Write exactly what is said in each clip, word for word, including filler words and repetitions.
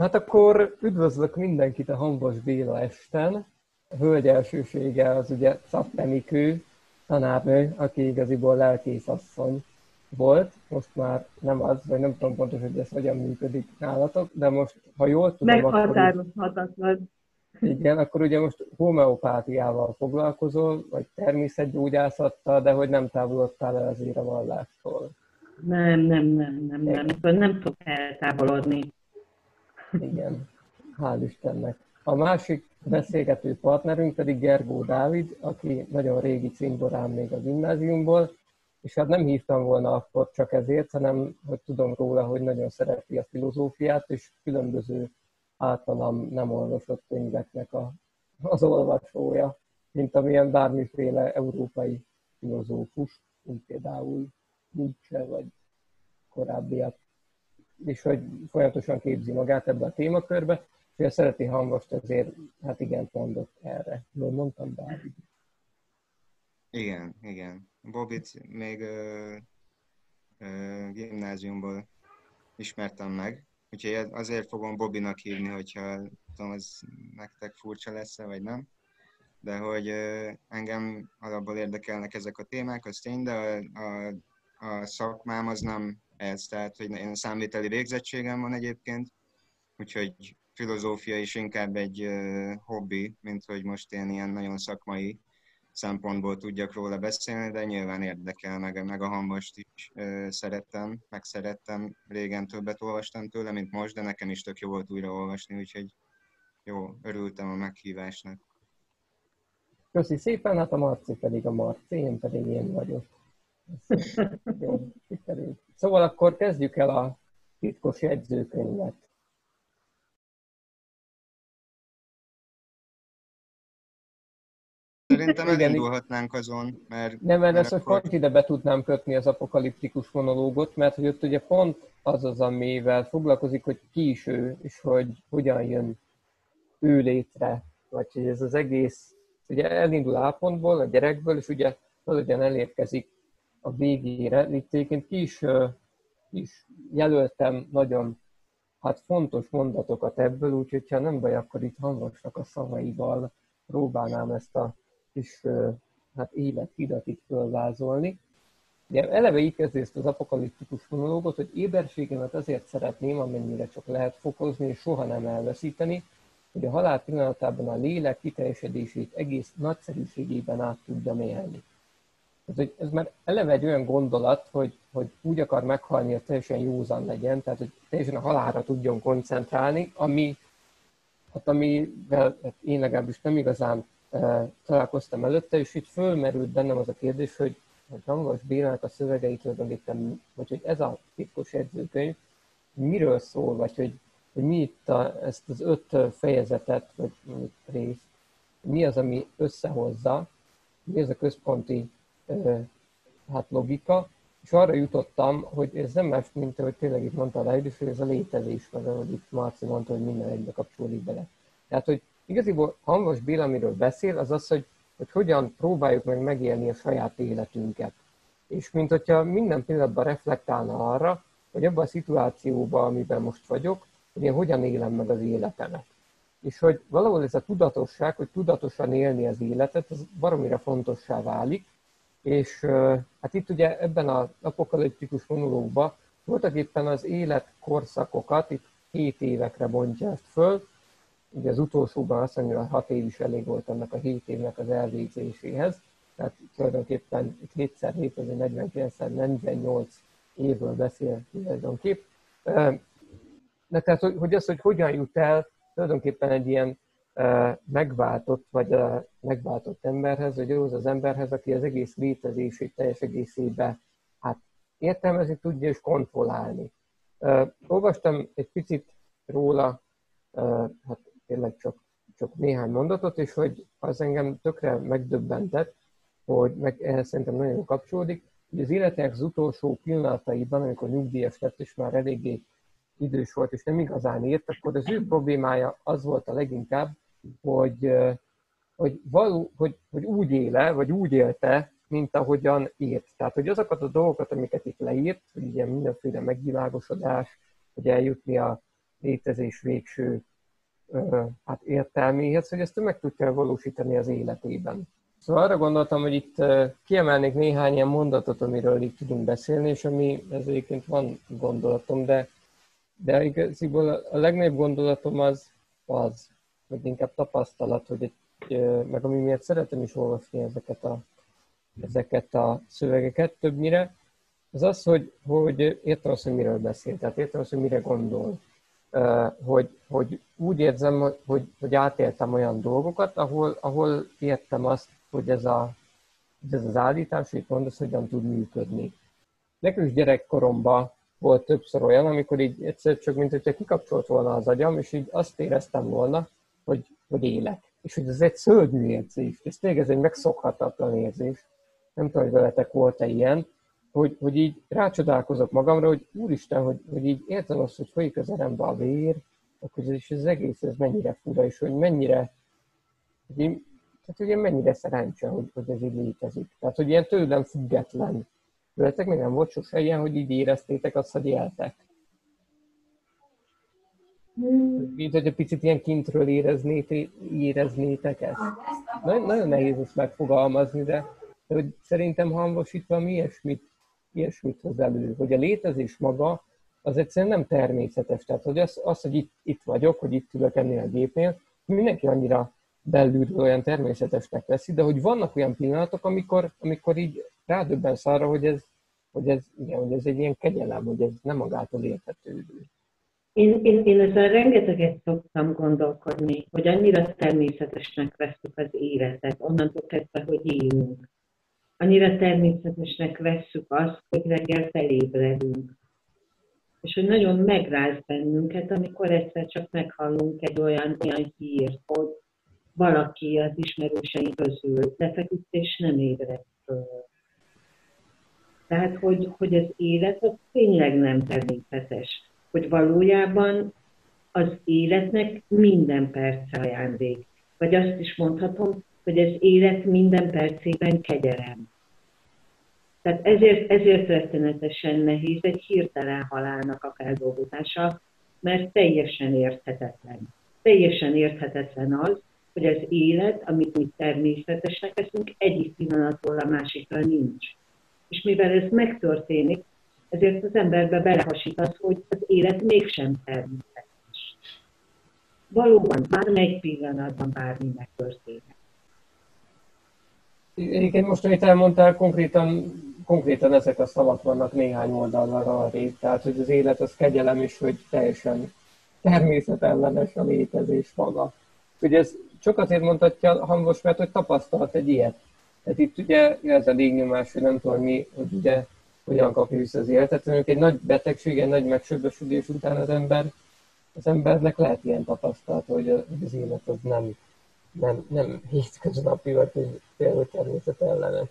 Hát akkor üdvözlök mindenkit a Hamvas Béla esten. A hölgy elsősége az ugye Szappenikő tanárnő, aki igaziból lelkészasszony volt. Most már nem az, vagy nem tudom pontosan, hogy ez hogyan működik nálatok, de most, ha jól tudom, meghatározhatatlan. Igen, akkor ugye most homeopátiával foglalkozol, vagy természetgyógyászattal, de hogy nem távolodtál el azért a vallástól. Nem, nem, nem, nem, nem, nem, nem tudok eltávolodni. Igen, hál' Istennek. A másik beszélgető partnerünk pedig Gergó Dávid, aki nagyon régi cimborám még a gimnáziumból, és hát nem hívtam volna akkor csak ezért, hanem hogy tudom róla, hogy nagyon szereti a filozófiát, és különböző általam nem olvasott könyveknek a, az olvasója, mint amilyen bármiféle európai filozófus, mint például Nietzsche vagy korábbiak, és hogy folyamatosan képzi magát ebbe a témakörbe, és hogy szereti Hamvast, ezért hát igen mondott erre. Jól mondtam, Dávid? Igen, igen. Bobit még ö, ö, gimnáziumból ismertem meg, úgyhogy azért fogom Bobinak hívni, hogyha tudom, ez nektek furcsa lesz-e, vagy nem. De hogy ö, engem alapból érdekelnek ezek a témák, az tény, de a, a, a szakmám az nem ez, tehát hogy én számviteli végzettségem van egyébként, úgyhogy filozófia is inkább egy ö, hobbi, mint hogy most én ilyen nagyon szakmai szempontból tudjak róla beszélni, de nyilván érdekel, meg, meg a Hamvast is ö, szerettem, meg szerettem, régen többet olvastam tőle, mint most, de nekem is tök jó volt újra olvasni, úgyhogy jó, örültem a meghívásnak. Köszi szépen, hát a Marci pedig a Marci, én pedig én vagyok. Jó, sikerült. Szóval akkor kezdjük el a titkos jegyzőkönyvet. Szerintem elindulhatnánk azon, mert... Nem, mert ezt akkor... pont ide be tudnám kötni az apokaliptikus monológot, mert hogy ott ugye pont az az, amivel foglalkozik, hogy ki is ő, és hogy hogyan jön ő létre. Vagy hogy ez az egész, ugye elindul A pontból, a gyerekből, és ugye valahogyan elérkezik a végére. Itt egyébként ki is, ki is jelöltem nagyon hát fontos mondatokat ebből, úgyhogy ha nem baj, akkor itt Hamvasnak a szavaival próbálnám ezt a kis hát élethidat itt fölvázolni. Ugye eleve így kezdő ezt az apokaliptikus monológot, hogy éberségemet azért szeretném, amennyire csak lehet fokozni, és soha nem elveszíteni, hogy a halál pillanatában a lélek kiteljesedését egész nagyszerűségében át tudjam élni. Ez, ez már eleve egy olyan gondolat, hogy, hogy úgy akar meghalni, hogy teljesen józan legyen, tehát hogy teljesen a halálra tudjon koncentrálni, ami, hát amivel hát én legalábbis nem igazán e, találkoztam előtte, és itt fölmerült bennem az a kérdés, hogy, hogy Hamvas Bélának a szövegeit tulajdonképpen, vagy hogy ez a titkos jegyzőkönyv miről szól, vagy hogy, hogy mi itt a, ezt az öt fejezetet, vagy részt, mi az, ami összehozza, mi az a központi hát logika, és arra jutottam, hogy ez nem más, mint hogy tényleg itt mondta a Dávid, hogy ez a létezés, vagy ahogy itt Marci mondta, hogy minden egybe kapcsolódik bele. Tehát, hogy igaziból Hamvas Béla, amiről beszél, az az, hogy, hogy hogyan próbáljuk meg megélni a saját életünket. És mint hogyha minden pillanatban reflektálna arra, hogy abban a szituációban, amiben most vagyok, hogy én hogyan élem meg az életemet. És hogy valahol ez a tudatosság, hogy tudatosan élni az életet, az baromira fontossá válik. És hát itt ugye ebben az apokaliptikus monológban voltak éppen az életkorszakokat, itt hét évekre bontja ezt föl. Ugye az utolsóban azt mondja, hogy hat év is elég volt annak a hét évnek az elvégzéséhez. Tehát tulajdonképpen itt hétszer hét, azért negyvenkilencszer negyvennyolc évről beszél tulajdonképp. De tehát, hogy az, hogy hogyan jut el tulajdonképpen egy ilyen megváltott, vagy a megváltott emberhez, vagy ahhoz az emberhez, aki az egész létezését teljes egészében hát értelmezni tudja és kontrollálni. Uh, olvastam egy picit róla, uh, hát tényleg csak, csak néhány mondatot, és hogy az engem tökre megdöbbentett, hogy meg ehhez szerintem nagyon kapcsolódik, hogy az életének az utolsó pillanataiban, amikor nyugdíjas lett, és már eléggé idős volt, és nem igazán írt, akkor az ő problémája az volt a leginkább, hogy, hogy, való, hogy, hogy úgy éle, vagy úgy élte, mint ahogyan írt. Tehát, hogy azokat a dolgokat, amiket itt leírt, hogy ilyen mindenféle megvilágosodás, hogy eljutni a, létezés végső hát értelméhez, hogy ezt ő meg tudja valósítani az életében. Szóval arra gondoltam, hogy itt kiemelnék néhány ilyen mondatot, amiről itt tudunk beszélni, és ami ez egyébként van gondolatom, de, de igaziból a legnagyobb gondolatom az, az, hogy inkább tapasztalat, hogy egy, meg ami miatt szeretem is olvasni ezeket a, ezeket a szövegeket többnyire, az az, hogy, hogy értem azt, hogy miről beszél, tehát értem azt, hogy mire gondol. Uh, hogy, hogy úgy érzem, hogy, hogy átéltem olyan dolgokat, ahol, ahol értem azt, hogy ez, a, ez az állítás, hogy mondasz, hogyan tud működni. Nekem is gyerekkoromban volt többször olyan, amikor így egyszer csak, mint hogyha kikapcsolt volna az agyam, és így azt éreztem volna, hogy, hogy élek. És hogy ez egy szörnyű érzés. Ez tényleg ez egy megszokhatatlan érzés. Nem tudom, hogy veletek volt-e ilyen, Hogy, hogy így rácsodálkozok magamra, hogy úristen, hogy, hogy így értem azt, hogy folyik az erembe a vér, akkor ez is az egész, ez mennyire fura, és hogy mennyire, hogy én, tehát hogy én mennyire szerencse, hogy, hogy ez így létezik. Tehát, hogy ilyen tőlem független. Veletek még nem volt sose ilyen, hogy így éreztétek azt, hogy éltek. Hmm. Mint, hogy egy picit ilyen kintről éreznétek ezt. Nagyon, nagyon nehéz ezt megfogalmazni, de, de hogy szerintem hangosítva mi ilyesmit, ilyesmit hoz elő, hogy a létezés maga az egyszerűen nem természetes. Tehát hogy az, az hogy itt, itt vagyok, hogy itt ülök ennél a gépnél, mindenki annyira belülről olyan természetesnek veszi, de hogy vannak olyan pillanatok, amikor, amikor így rádöbbensz arra, hogy ez, hogy, ez, igen, hogy ez egy ilyen kegyelem, hogy ez nem magától értetődő. Én, én, én ezzel rengeteget szoktam gondolkodni, hogy annyira természetesnek vesszük az életet, onnantól kezdve, hogy élünk. Annyira természetesnek vesszük azt, hogy reggel felébredünk. És hogy nagyon megráz bennünket, amikor egyszer csak meghallunk egy olyan, olyan hírt, hogy valaki az ismerőseink közül lefeküdt és nem ébredt föl. Tehát, hogy, hogy az élet az tényleg nem természetes. Hogy valójában az életnek minden perce ajándék. Vagy azt is mondhatom, hogy az élet minden percében kegyelem. Tehát ezért, ezért rettenetesen nehéz egy hirtelen halálnak a feldolgozása, mert teljesen érthetetlen. Teljesen érthetetlen az, hogy az élet, amit mi természetesnek veszünk, egyik pillanatról a másikra nincs. És mivel ez megtörténik, ezért az emberbe belehasít az, hogy az élet mégsem természetes. Valóban, bármelyik pillanatban bármi megtörténik. Egyébként most, amit elmondtál, konkrétan, konkrétan ezek a szavak vannak néhány oldalra arrébb. Tehát, hogy az élet az kegyelem is, hogy teljesen természetellenes a létezés maga. Ugye ez csak azért mondhatja hangos, mert hogy tapasztalt egy ilyet. Tehát itt ugye ez a légnyomás, hogy nem tudom mi, hogy ugye hogyan kapja vissza az életet. Mondjuk egy nagy betegség, egy nagy megsebesülés után az ember, az embernek lehet ilyen tapasztalata, hogy az élet az nem, nem, nem hétköznapi, vagy hogy például természetellenes.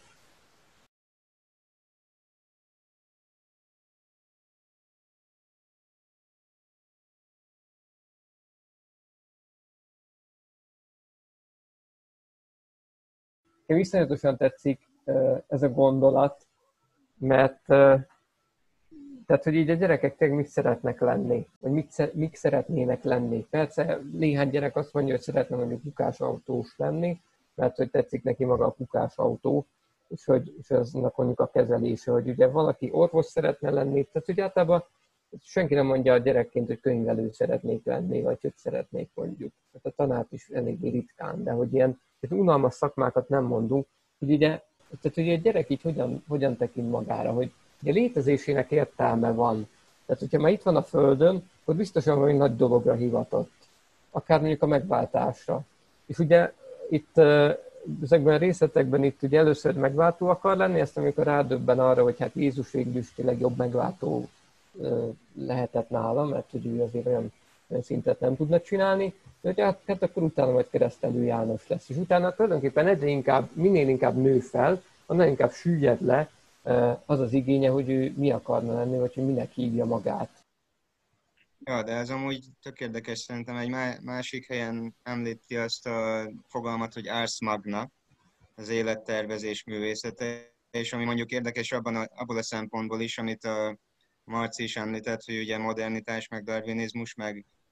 Nekem viszonyatosan tetszik ez a gondolat, mert tehát, hogy így a gyerekek tényleg mit szeretnek lenni, vagy mit, mik szeretnének lenni. Persze néhány gyerek azt mondja, hogy szeretne mondjuk kukásautós lenni, mert hogy tetszik neki maga a kukásautó, és hogy és aznak mondjuk a kezelése, hogy ugye valaki orvos szeretne lenni, tehát hogy általában senki nem mondja a gyerekként, hogy könyvelő szeretnék lenni, vagy hogy szeretnék mondjuk. Tehát a tanát is eléggé ritkán, de hogy ilyen tehát unalmas szakmákat nem mondunk, hogy ugye, tehát hogy a gyerek így hogyan, hogyan tekint magára, hogy a létezésének értelme van. Tehát, hogyha már itt van a Földön, akkor biztosan valami nagy dologra hivatott. Akár mondjuk a megváltásra. És ugye itt ezekben a részletekben itt ugye először megváltó akar lenni, ezt amikor rádöbben arra, hogy hát Jézus végül is tényleg jobb megváltó lehetett nála, mert hogy ő azért olyan szintet nem tudna csinálni, de hogy hát, hát akkor utána majd Keresztelő János lesz. És utána tulajdonképpen egyre inkább, minél inkább nő fel, annál inkább süllyed le az az igénye, hogy ő mi akarna lenni, vagy hogy minek hívja magát. Ja, de ez amúgy tök érdekes, szerintem egy másik helyen említi azt a fogalmat, hogy ars magna, az élettervezés művészete, és ami mondjuk érdekes abban a, abból a szempontból is, amit a Marci is említett, hogy ugye modernitás, meg darwinizmus, meg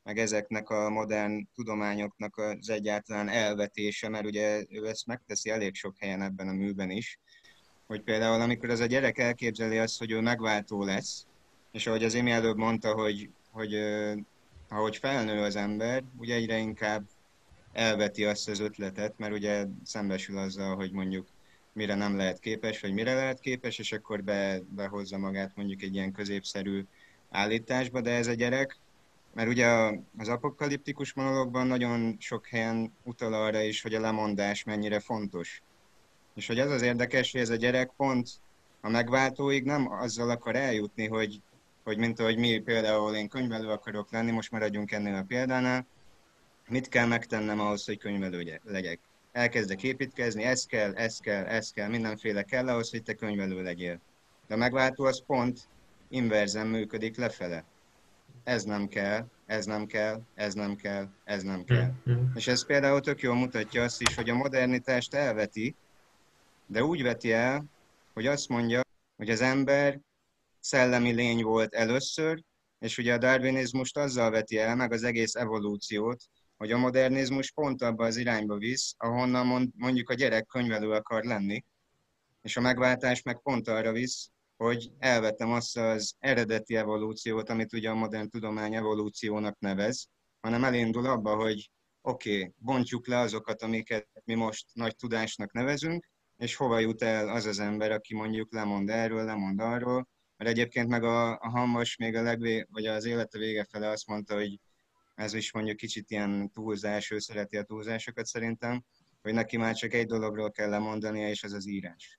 meg ezeknek a modern tudományoknak az egyáltalán elvetése, mert ugye ő ezt megteszi elég sok helyen ebben a műben is, hogy például amikor az a gyerek elképzeli azt, hogy ő megváltó lesz, és ahogy az Imi előbb mondta, hogy, hogy ahogy felnő az ember, ugye egyre inkább elveti azt az ötletet, mert ugye szembesül azzal, hogy mondjuk mire nem lehet képes, vagy mire lehet képes, és akkor be, behozza magát mondjuk egy ilyen középszerű állításba, de ez a gyerek, mert ugye az apokaliptikus monológban nagyon sok helyen utal arra is, hogy a lemondás mennyire fontos. És hogy az az érdekes, hogy ez a gyerek pont a megváltóig nem azzal akar eljutni, hogy, hogy mint ahogy mi például én könyvelő akarok lenni, most maradjunk ennél a példánál, mit kell megtennem ahhoz, hogy könyvelő legyek? Elkezdek építkezni, ez kell, ez kell, ez kell, mindenféle kell ahhoz, hogy te könyvelő legyél. De a megváltó az pont inverzen működik lefele. Ez nem kell, ez nem kell, ez nem kell, ez nem kell. Mm-hmm. És ez például tök jól mutatja azt is, hogy a modernitást elveti, de úgy veti el, hogy azt mondja, hogy az ember szellemi lény volt először, és ugye a darwinizmust azzal veti el, meg az egész evolúciót, hogy a modernizmus pont abba az irányba visz, ahonnan mondjuk a gyerek könyvelő akar lenni, és a megváltás meg pont arra visz, hogy elvettem azt az eredeti evolúciót, amit ugye a modern tudomány evolúciónak nevez, hanem elindul abba, hogy oké, okay, bontjuk le azokat, amiket mi most nagy tudásnak nevezünk, és hova jut el az az ember, aki mondjuk lemond erről, lemond arról, mert egyébként meg a, a Hamas még a legvé, vagy az élete vége fele azt mondta, hogy ez is mondjuk kicsit ilyen túlzás, ő szereti a túlzásokat szerintem, hogy neki már csak egy dologról kell lemondania, és az az írás.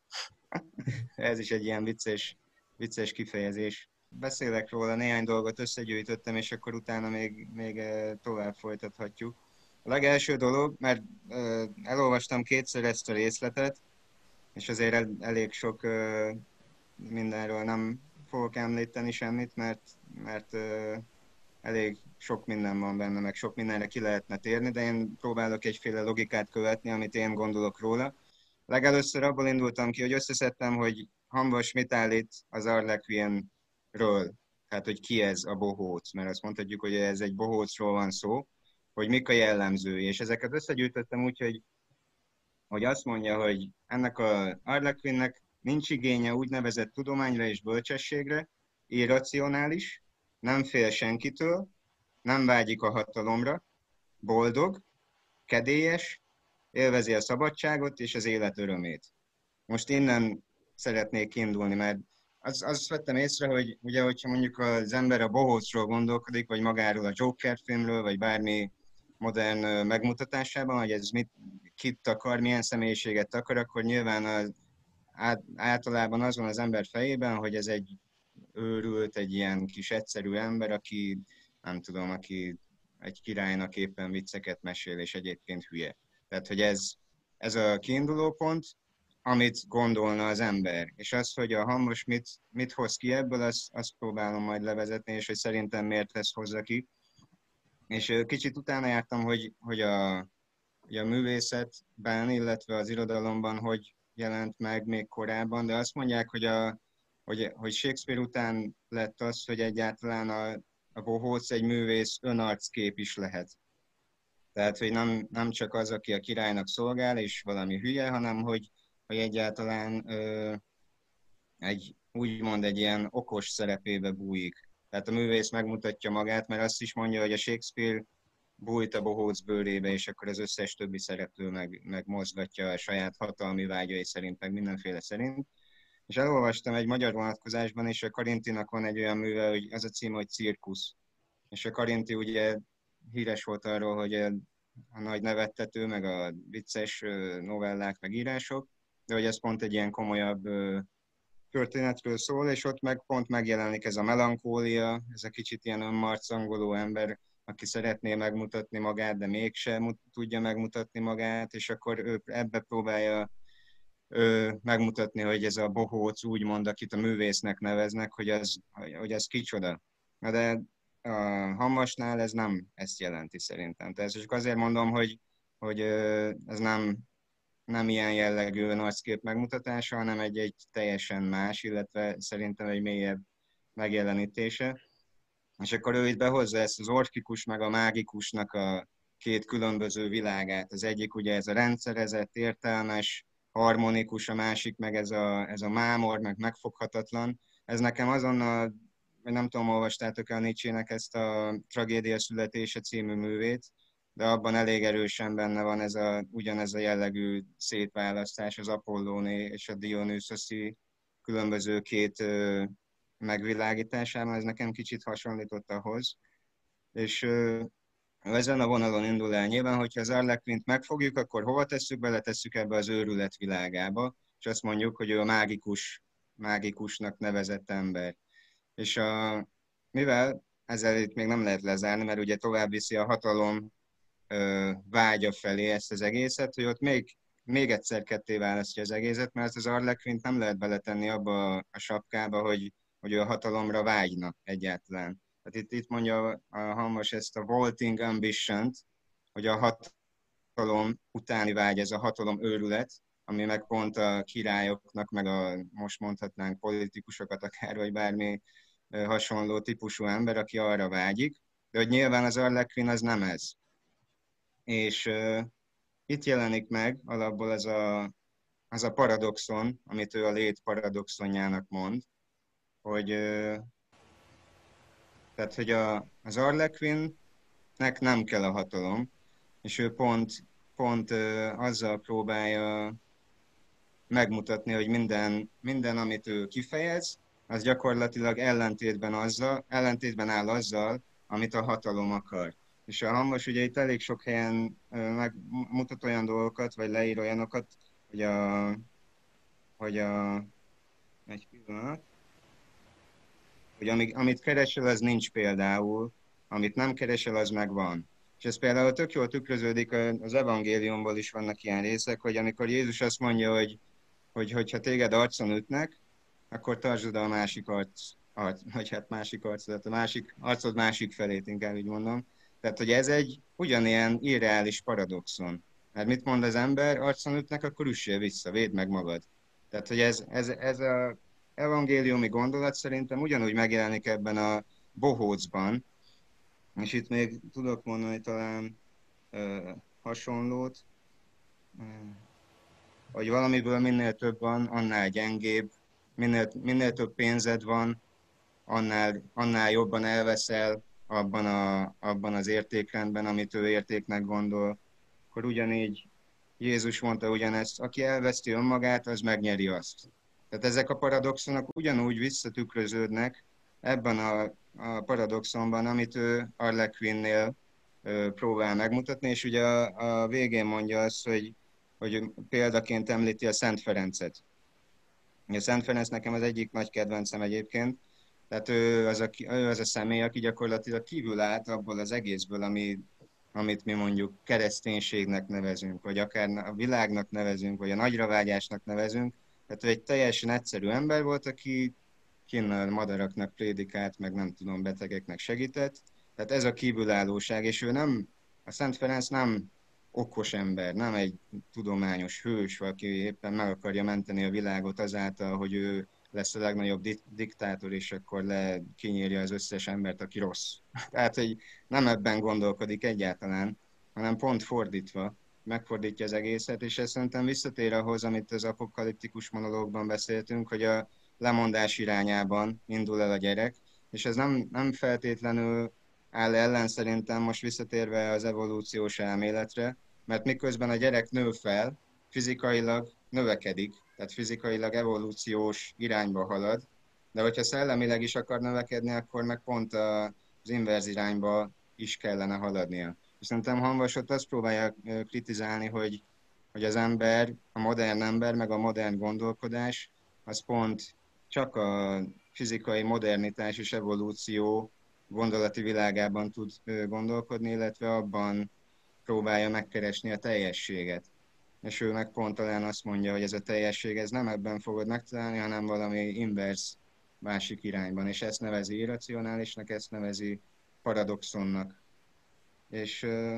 Ez is egy ilyen vicces, vicces kifejezés. Beszélek róla, néhány dolgot összegyűjtöttem, és akkor utána még, még tovább folytathatjuk. A legelső dolog, mert elolvastam kétszer ezt a részletet, és azért el, elég sok mindenről nem fogok említeni semmit, mert, mert elég sok minden van benne, meg sok mindenre ki lehetne térni, de én próbálok egyféle logikát követni, amit én gondolok róla. Legelőször abból indultam ki, hogy összeszedtem, hogy Hamvas mit állít az Arlequinről, tehát hogy ki ez a bohóc, mert azt mondhatjuk, hogy ez egy bohócról van szó, hogy mik a jellemzői, és ezeket összegyűjtöttem úgy, hogy, hogy azt mondja, hogy ennek az Arlequinnek nincs igénye úgynevezett tudományra és bölcsességre, irracionális, nem fél senkitől, nem vágyik a hatalomra, boldog, kedélyes, élvezi a szabadságot és az élet örömét. Most innen szeretnék kiindulni, mert az, azt vettem észre, hogy ugye, hogyha mondjuk az ember a bohócról gondolkodik, vagy magáról a Joker filmről, vagy bármi modern megmutatásában, hogy ez mit, kit akar, milyen személyiséget akar, akkor nyilván az, át, általában az van az ember fejében, hogy ez egy őrült, egy ilyen kis egyszerű ember, aki nem tudom, aki egy királynak éppen vicceket mesél, és egyébként hülye. Tehát, hogy ez, ez a kiinduló pont, amit gondolna az ember. És az, hogy a Hammos mit, mit hoz ki ebből, azt, azt próbálom majd levezetni, és hogy szerintem miért lesz hozza ki. És kicsit utána jártam, hogy, hogy, a, hogy a művészetben, illetve az irodalomban hogy jelent meg még korábban, de azt mondják, hogy, a, hogy, hogy Shakespeare után lett az, hogy egyáltalán a, a bohóc egy művész önarckép is lehet. Tehát, hogy nem, nem csak az, aki a királynak szolgál, és valami hülye, hanem hogy, hogy egyáltalán ö, egy, úgymond egy ilyen okos szerepébe bújik. Tehát a művész megmutatja magát, mert azt is mondja, hogy a Shakespeare bújt a bohóc bőrébe, és akkor az összes többi szereplő meg, meg mozgatja a saját hatalmi vágyai szerint, meg mindenféle szerint. És elolvastam egy magyar vonatkozásban, és a Karintinak van egy olyan műve, hogy az a cím, hogy Cirkusz. És a Karinti ugye híres volt arról, hogy a nagy nevettető, meg a vicces novellák, meg írások, de hogy ez pont egy ilyen komolyabb történetről szól, és ott meg pont megjelenik ez a melankólia, ez a kicsit ilyen önmarcangoló ember, aki szeretné megmutatni magát, de mégsem tudja megmutatni magát, és akkor ő ebbe próbálja ő megmutatni, hogy ez a bohóc úgymond, akit a művésznek neveznek, hogy az, hogy az kicsoda. Na de a Hammasnál ez nem ezt jelenti szerintem. Tehát csak azért mondom, hogy, hogy ez nem, nem ilyen jellegű nagykép megmutatása, hanem egy, egy teljesen más, illetve szerintem egy mélyebb megjelenítése. És akkor ő itt behozza ezt az orfikus meg a mágikusnak a két különböző világát. Az egyik ugye ez a rendszerezett, értelmes, harmonikus, a másik meg ez a, ez a mámor, meg megfoghatatlan. Ez nekem azonnal, vagy nem tudom, olvastátok el Nietzsének ezt a Tragédia születése című művét, de abban elég erősen benne van ez a, ugyanez a jellegű szétválasztás az Apollóné és a Dionüszoszi különböző két ö, megvilágításában, ez nekem kicsit hasonlított ahhoz. És ö, ezen a vonalon indul el nyilván, hogyha az Arlequint megfogjuk, akkor hova tesszük? Beletesszük ebbe az őrület világába, és azt mondjuk, hogy ő a mágikus, mágikusnak nevezett ember. És a, mivel ezzel itt még nem lehet lezárni, mert ugye tovább viszi a hatalom ö, vágya felé ezt az egészet, hogy ott még, még egyszer ketté választja az egészet, mert az Arlequint nem lehet beletenni abba a, a sapkába, hogy, hogy ő a hatalomra vágyna egyáltalán. Tehát itt, itt mondja a Hamas ezt a vaulting ambition-t, hogy a hatalom utáni vágy, ez a hatalom őrület, ami meg pont a királyoknak, meg a most mondhatnánk politikusokat akár, vagy bármi hasonló típusú ember, aki arra vágyik, de hogy nyilván az Arlequin az nem ez. És uh, itt jelenik meg alapból az a, az a paradoxon, amit ő a lét paradoxonjának mond, hogy, uh, tehát, hogy a, az Arlequinnek nem kell a hatalom, és ő pont, pont uh, azzal próbálja megmutatni, hogy minden, minden, amit ő kifejez, az gyakorlatilag ellentétben, azzal, ellentétben áll azzal, amit a hatalom akar. És a Hamas ugye itt elég sok helyen megmutat olyan dolgokat, vagy leír olyanokat, hogy a, hogy a egy pillanat, hogy amik, amit keresel, az nincs például, amit nem keresel, az megvan. És ez például tök jól tükröződik, az evangéliumból is vannak ilyen részek, hogy amikor Jézus azt mondja, hogy, hogy hogyha téged arcon ütnek, akkor tartsd a másik arc, arc, vagy hát másik arc, tehát a másik arcod másik felét, inkább így mondom. Tehát, hogy ez egy ugyanilyen irreális paradoxon. Mert mit mond az ember, arcon ütnek, akkor üssél vissza, védd meg magad. Tehát, hogy ez, ez, ez a evangéliumi gondolat szerintem ugyanúgy megjelenik ebben a bohócban, és itt még tudok mondani talán ö, hasonlót, hogy valamiből minél több van, annál gyengébb, minél, minél több pénzed van, annál, annál jobban elveszel abban, a, abban az értékrendben, amit ő értéknek gondol. Akkor ugyanígy Jézus mondta ugyanezt, aki elveszti önmagát, az megnyeri azt. Tehát ezek a paradoxonok ugyanúgy visszatükröződnek ebben a, a paradoxonban, amit ő Arlequinnél próbál megmutatni, és ugye a, a végén mondja azt, hogy, hogy példaként említi a Szent Ferencet. A Szent Ferenc nekem az egyik nagy kedvencem egyébként, tehát ő az, a, ő az a személy, aki gyakorlatilag kívül állt abból az egészből, ami, amit mi mondjuk kereszténységnek nevezünk, vagy akár a világnak nevezünk, vagy a nagyravágyásnak nevezünk. Tehát ő egy teljesen egyszerű ember volt, aki kinn a madaraknak prédikált, meg nem tudom, betegeknek segített. Tehát ez a kívülállóság, és ő nem, a Szent Ferenc nem okos ember, nem egy tudományos hős, aki éppen meg akarja menteni a világot azáltal, hogy ő lesz a legnagyobb di- diktátor, és akkor le kinyírja az összes embert, aki rossz. Tehát, hogy nem ebben gondolkodik egyáltalán, hanem pont fordítva, megfordítja az egészet, és ez szerintem visszatér ahhoz, amit az apokaliptikus monológban beszéltünk, hogy a lemondás irányában indul el a gyerek, és ez nem, nem feltétlenül áll ellen szerintem, most visszatérve az evolúciós elméletre, mert miközben a gyerek nő fel, fizikailag növekedik, tehát fizikailag evolúciós irányba halad, de hogyha szellemileg is akar növekedni, akkor meg pont az inverz irányba is kellene haladnia. És szerintem Hamvas ott azt próbálja kritizálni, hogy, hogy az ember, a modern ember, meg a modern gondolkodás, az pont csak a fizikai modernitás és evolúció gondolati világában tud gondolkodni, illetve abban próbálja megkeresni a teljességet. És ő meg pont talán azt mondja, hogy ez a teljesség, ez nem ebben fogod megtalálni, hanem valami inverz másik irányban, és ezt nevezi irracionálisnak, ezt nevezi paradoxonnak. És uh,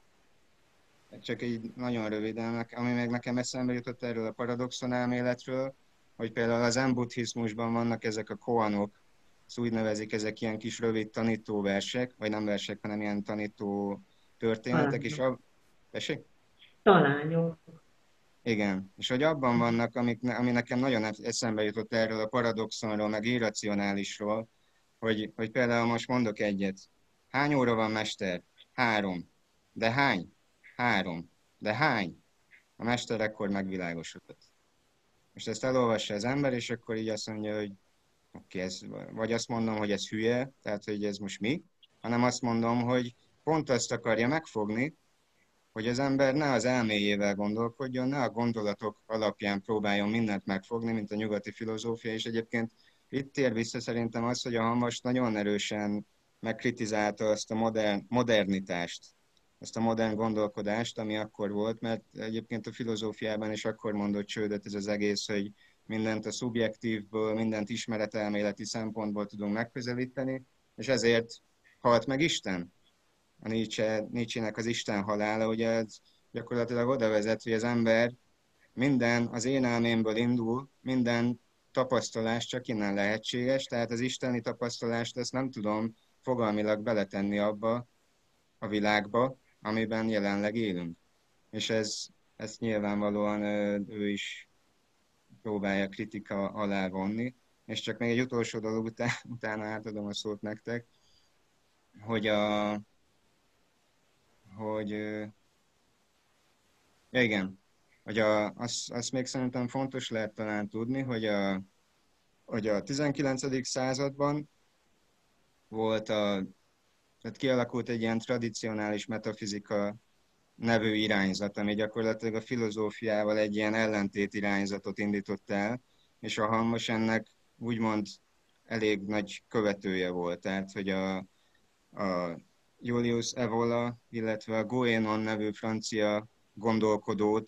csak így nagyon röviden, ami még nekem eszembe jutott erről a paradoxon elméletről, hogy például az zen buddhizmusban vannak ezek a koanok, ezt úgy nevezik, ezek ilyen kis rövid tanítóversek, vagy nem versek, hanem ilyen tanító történetek, és a... Tessék? Talányok. Igen, és hogy abban vannak, amik, ami nekem nagyon eszembe jutott erről a paradoxonról, meg irracionálisról, hogy, hogy például most mondok egyet. Hány óra van, mester? Három. De hány? Három. De hány? A mester ekkor megvilágosodott. Most ezt elolvassa az ember, és akkor így azt mondja, hogy oké, ez, vagy azt mondom, hogy ez hülye, tehát hogy ez most mi, hanem azt mondom, hogy pont azt akarja megfogni, hogy az ember ne az elméjével gondolkodjon, ne a gondolatok alapján próbáljon mindent megfogni, mint a nyugati filozófia, és egyébként itt tér vissza szerintem az, hogy a Hamas nagyon erősen megkritizálta azt a modern, modernitást, ezt a modern gondolkodást, ami akkor volt, mert egyébként a filozófiában is akkor mondott csődöt ez az egész, hogy mindent a szubjektívből, mindent ismeretelméleti szempontból tudunk megközelíteni, és ezért halt meg Isten. A Nietzsche, Nietzsének az Isten halála, ugye ez gyakorlatilag oda vezet, hogy az ember minden az én elmémből indul, minden tapasztalás csak innen lehetséges, tehát az isteni tapasztalást ezt nem tudom fogalmilag beletenni abba a világba, amiben jelenleg élünk. És ez, ezt nyilvánvalóan ő is próbálja kritika alá vonni. És csak még egy utolsó dolog után, utána átadom a szót nektek, hogy a hogy ja igen, hogy a, azt, azt még szerintem fontos lehet talán tudni, hogy a, hogy a tizenkilencedik században volt a, tehát kialakult egy ilyen tradicionális metafizika nevű irányzat, ami gyakorlatilag a filozófiával egy ilyen ellentét irányzatot indított el, és a Hamas ennek úgymond elég nagy követője volt, tehát hogy a, a Julius Evola, illetve a Goénon nevű francia gondolkodót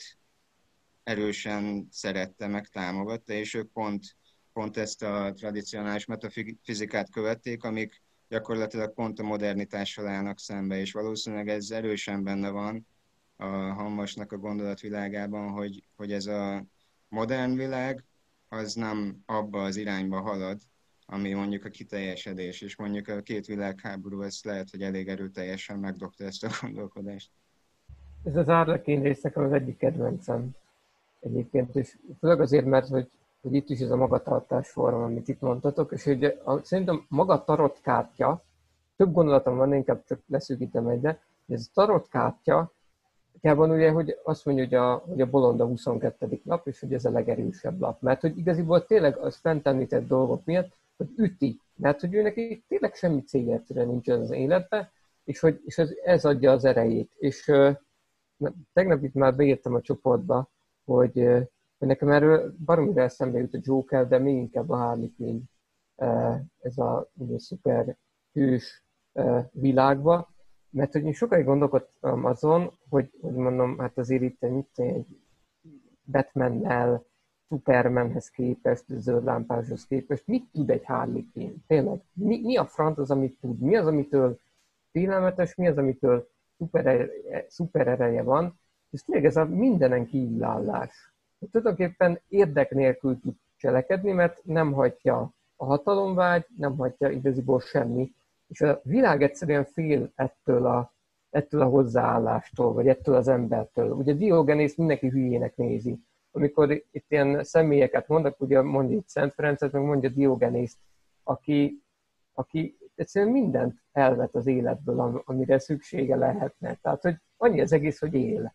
erősen szerette, meg támogatta, és ők pont, pont ezt a tradicionális metafizikát követték, amik gyakorlatilag pont a modernitással állnak szembe, és valószínűleg ez erősen benne van a Hamasnak a gondolatvilágában, hogy, hogy ez a modern világ, az nem abba az irányba halad, ami mondjuk a kiteljesedés, és mondjuk a két világháború, ez lehet, hogy elég erőteljesen megdobta ezt a gondolkodást. Ez az Arlequin rész nekem az egyik kedvencem egyébként, és főleg azért, mert hogy, hogy itt is ez a magatartás forma, amit itt mondtatok, és hogy a, szerintem maga a tarotkártya, több gondolatom van, inkább csak leszűkítem egyre, hogy ez a tarotkártya, Kában ugye, hogy azt mondja, hogy a, hogy a bolond a huszonkettedik lap, és hogy ez a legerősebb lap. Mert hogy igaziból tényleg az fent említett dolgok miatt, hogy üti, mert hogy ő neki tényleg semmi célértőre nincs az életben, és hogy és ez, ez adja az erejét. És uh, tegnap itt már beírtam a csoportba, hogy, uh, hogy nekem erről baromira eszembe jut a Joker, de még inkább a Harley Quinn, uh, ez a ugye, szuper hős uh, világba. Mert hogy én sokáig gondolkodtam azon, hogy, hogy mondom, hát azért itt egy Batmannel, Supermanhez képest, zöld lámpáshoz képest, mit tud egy Harley Quinn? Tényleg, mi, mi a front az, amit tud? Mi az, amitől félelmetes, mi az, amitől szuper, szuper ereje van? És tényleg ez a mindenen kívülállás. Tulajdonképpen érdek nélkül tud cselekedni, mert nem hagyja a hatalomvágy, nem hagyja igaziból semmi. És a világ egyszerűen fél ettől a, ettől a hozzáállástól, vagy ettől az embertől. Ugye Diogenész mindenki hülyének nézi. Amikor itt ilyen személyeket mondok, ugye mondja itt Szent Ferencet, meg mondja Diogenészt, aki, aki egyszerűen mindent elvet az életből, amire szüksége lehetne. Tehát, hogy annyi az egész, hogy él.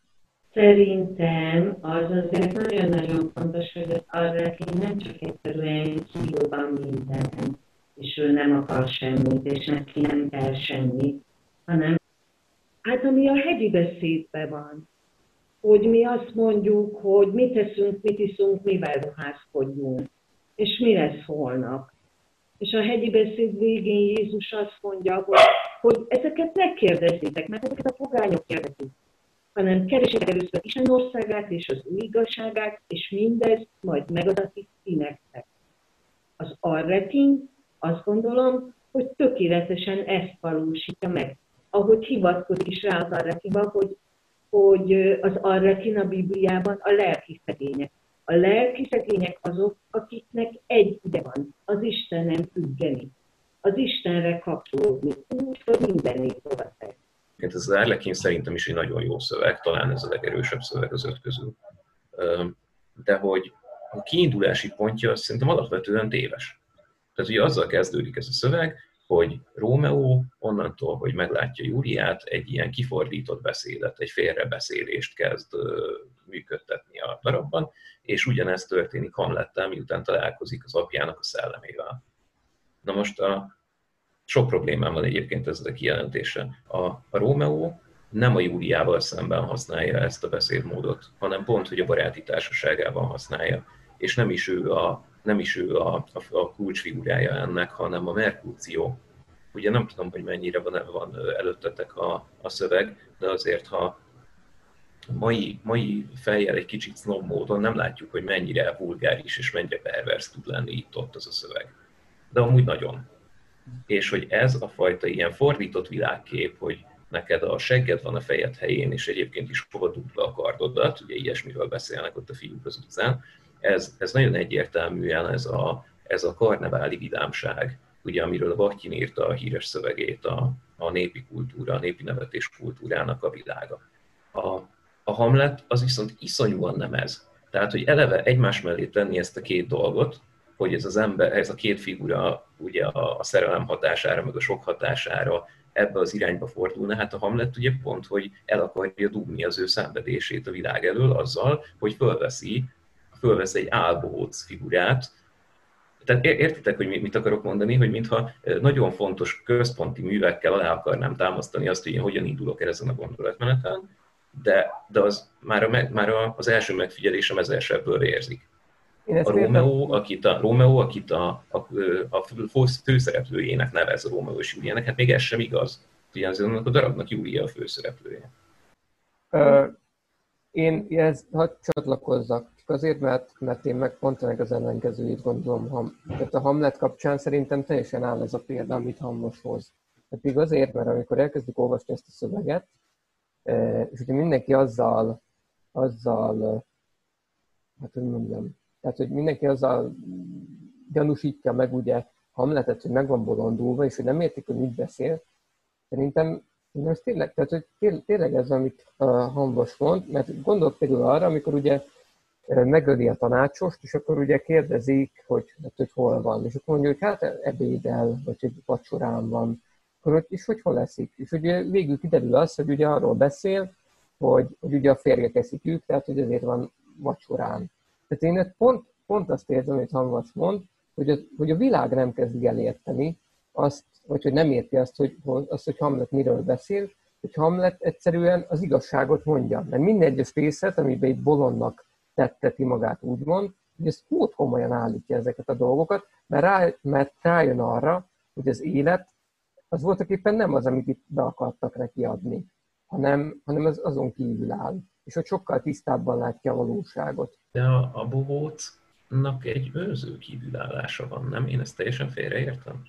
Szerintem az azért nagyon-nagyon fontos, hogy az Arlequin nem csak egyszerűen kívül van minden, és ő nem akar semmit, és neki nem kell semmit, hanem hát ami a hegyi beszédben van, hogy mi azt mondjuk, hogy mit teszünk, mit iszunk, mivel ruházkodjunk, és mi lesz holnap. És a hegyi beszéd végén Jézus azt mondja, hogy, hogy ezeket ne kérdezzétek, mert ezeket a pogányok kérdezik, hanem keresétek először Isten országát és az ő igazságát, és mindez majd megadatik ti nektek. Az Arlequin azt gondolom, hogy tökéletesen ezt valósítja meg. Ahogy hivatkozik is rá az Arlequinban, hogy, hogy az Arlequin a Bibliában a lelki szegények. A lelki szegények azok, akiknek egy ide van, az Istennen függeni. az Istenre kapcsolódni, úgy, hogy mindenét hova tesz. Ez az Arlekin szerintem is egy nagyon jó szöveg, talán ez a legerősebb szöveg az öt közül. De hogy a kiindulási pontja szerintem alapvetően téves. Tehát ugye azzal kezdődik ez a szöveg, hogy Rómeó onnantól, hogy meglátja Júliát, egy ilyen kifordított beszédet, egy félrebeszélést kezd működtetni a darabban, és ugyanezt történik Hamlettel, miután találkozik az apjának a szellemével. Na most a sok problémám van egyébként ezzel a kijelentéssel. A, a Rómeó nem a Júliával szemben használja ezt a beszédmódot, hanem pont, hogy a baráti társaságában használja. És nem is ő a, nem is ő a, a, a kulcsfigurája ennek, hanem a Merkúció. Ugye nem tudom, hogy mennyire van, van előttetek a, a szöveg, de azért, ha mai, mai fejjel egy kicsit snob módon nem látjuk, hogy mennyire vulgáris és mennyire pervers tud lenni itt-ott az a szöveg. De amúgy nagyon. És hogy ez a fajta ilyen fordított világkép, hogy neked a segged van a fejed helyén, és egyébként is hova dugd be a kardodat, ugye ilyesmiről beszélnek ott a fiúk az utcán, ez, ez nagyon egyértelműen ez a, ez a karneváli vidámság, ugye amiről a Bakhtin írta a híres szövegét, a, a népi kultúra, a népi nevetés kultúrának a világa. A, a Hamlet az viszont iszonyúan nem ez. Tehát, hogy eleve egymás mellé tenni ezt a két dolgot, hogy ez az ember, ez a két figura ugye a, a szerelem hatására, meg a sok hatására ebbe az irányba fordulna, hát a Hamlet ugye pont, hogy el akarja dugni az ő szenvedését a világ elől azzal, hogy fölveszi, fölvesz egy álbohóc figurát. Tehát értitek, hogy mit akarok mondani, hogy mintha nagyon fontos központi művekkel alá akarnám támasztani azt, hogy én hogyan indulok el ezen a gondolatmeneten, de, de az már, a, már az első megfigyelésem ezer sebből érzik. A Rómeó, akit a, Rómeó, akit a, a, a főszereplőjének nevez a Rómeó és Júliának, hát még ez sem igaz. Ugye a darabnak Júlia a főszereplője. Uh, én ez, hadd csatlakozzak, csak azért, mert, mert én meg pont meg az ellenkezőjét gondolom. Ham, tehát a Hamlet kapcsán szerintem teljesen áll ez a példa, amit Hamlet hoz. Tehát még azért, mert amikor elkezdik olvasni ezt a szöveget, és ugye mindenki azzal, azzal, hát hogy mondjam, tehát, hogy mindenki azzal gyanúsítja meg ugye Hamletet, hogy meg van bolondulva, és hogy nem értik, hogy mit beszél. Szerintem ez tényleg, tehát, hogy tényleg ez, amit a Hamvas mond, mert gondolok például arra, amikor ugye megöli a tanácsost, és akkor ugye kérdezik, hogy, hát, hogy hol van. És akkor mondja, hogy hát ebédel, vagy hogy vacsorán van. Akkor ott is, hogy hol eszik. És ugye végül kiderül az, hogy ugye arról beszél, hogy, hogy ugye a férjek eszik ők, tehát hogy ezért van vacsorán. Tehát én pont, pont azt érzem, amit Hamvas mond, hogy a, hogy a világ nem kezdi elérteni azt, vagy hogy nem érti azt, hogy, azt, hogy Hamlet miről beszél, hogy Hamlet egyszerűen az igazságot mondja. Mert minden egyes részlet, amiben egy bolondnak tetteti magát úgymond, hogy ez úgy komolyan állítja ezeket a dolgokat, mert, rá, mert rájön arra, hogy az élet az voltak éppen nem az, amit itt be akartak neki adni, hanem, hanem az azon kívül áll. És hogy sokkal tisztábban látja a valóságot. De a, a bohócnak egy önző kívülállása van, nem? Én ezt teljesen félreértem.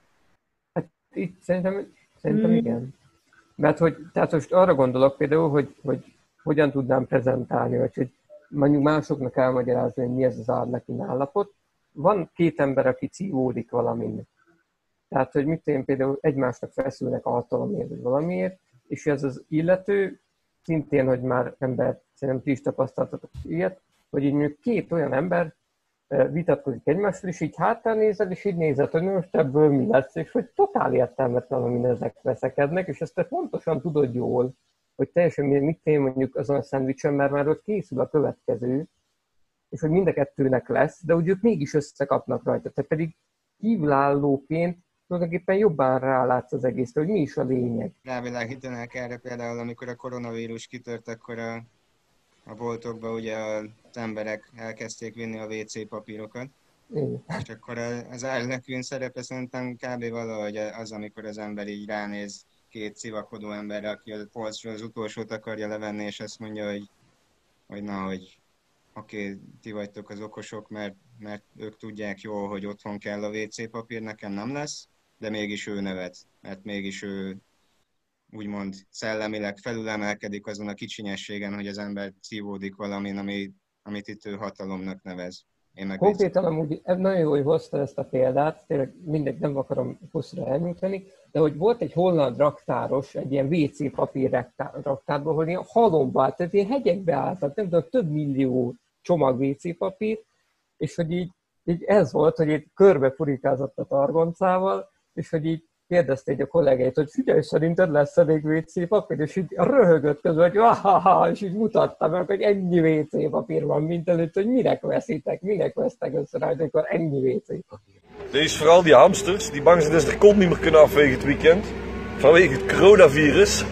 Hát itt szerintem, szerintem hmm. igen. Mert hogy, tehát most arra gondolok például, hogy, hogy hogyan tudnám prezentálni, vagy hogy mondjuk másoknak elmagyarázni, hogy mi ez az Arlekin állapot. Van két ember, aki szívódik valamin. Tehát, hogy mit én például egymásnak feszülnek altalomért, vagy valamiért, és ez az illető, szintén, hogy már ember, szerintem ti is tapasztaltatok ilyet, hogy így mondjuk két olyan ember vitatkozik egymással, és így hátra nézed, és így nézed, hogy most ebből mi lesz, és hogy totál értelmetlen, amin ezek veszekednek, és ezt te pontosan tudod jól, hogy teljesen mit én mondjuk azon a szendvicsen, mert már ott készül a következő, és hogy mind a kettőnek lesz, de úgy ők mégis összekapnak rajta. Te pedig kívülállóként tulajdonképpen jobban rálátsz az egészre, hogy mi is a lényeg. Rávilágítanak erre például, amikor a koronavírus kitört, akkor a, a boltokba ugye az emberek elkezdték vinni a vé cé papírokat. Igen. És akkor az Arlekin szerepe szerintem kb. Valahogy az, amikor az ember így ránéz két szivakodó emberre, aki a polcról az utolsót akarja levenni, és azt mondja, hogy, hogy na, hogy oké, okay, ti vagytok az okosok, mert, mert ők tudják jól, hogy otthon kell a vé cé papír, nekem nem lesz, de mégis ő nevet, mert mégis ő úgymond szellemileg felülemelkedik azon a kicsinyességen, hogy az ember szívódik valamin, ami, amit itt ő hatalomnak nevez. Én meg Konkrétan amúgy nagyon jó, hogy hozta ezt a példát, tényleg mindegy, nem akarom hosszúra elnyújtani, de hogy volt egy holland raktáros, egy ilyen vé cé papír raktárban, hogy ilyen halomba állt, tehát ilyen hegyekbe álltak, nem tudom, több millió csomag vé cé papír, és hogy így, így ez volt, hogy így körbe furikázott a targoncával, és hogy így kérdezte egy a kollégáit, hogy figyelj, szerinted lesz elég vé cé papír, és így röhögött közben, hogy ahaha, és így mutatta meg, hogy ennyi vé cé papír van, mint előtt, hogy minek veszitek, minek vesztek össze rá, amikor ennyi vé cé papír. Deze vooral die hamsters, die bang zijn dat ze de kont niet meer kunnen afvegen het weekend. Vanwege het coronavirus.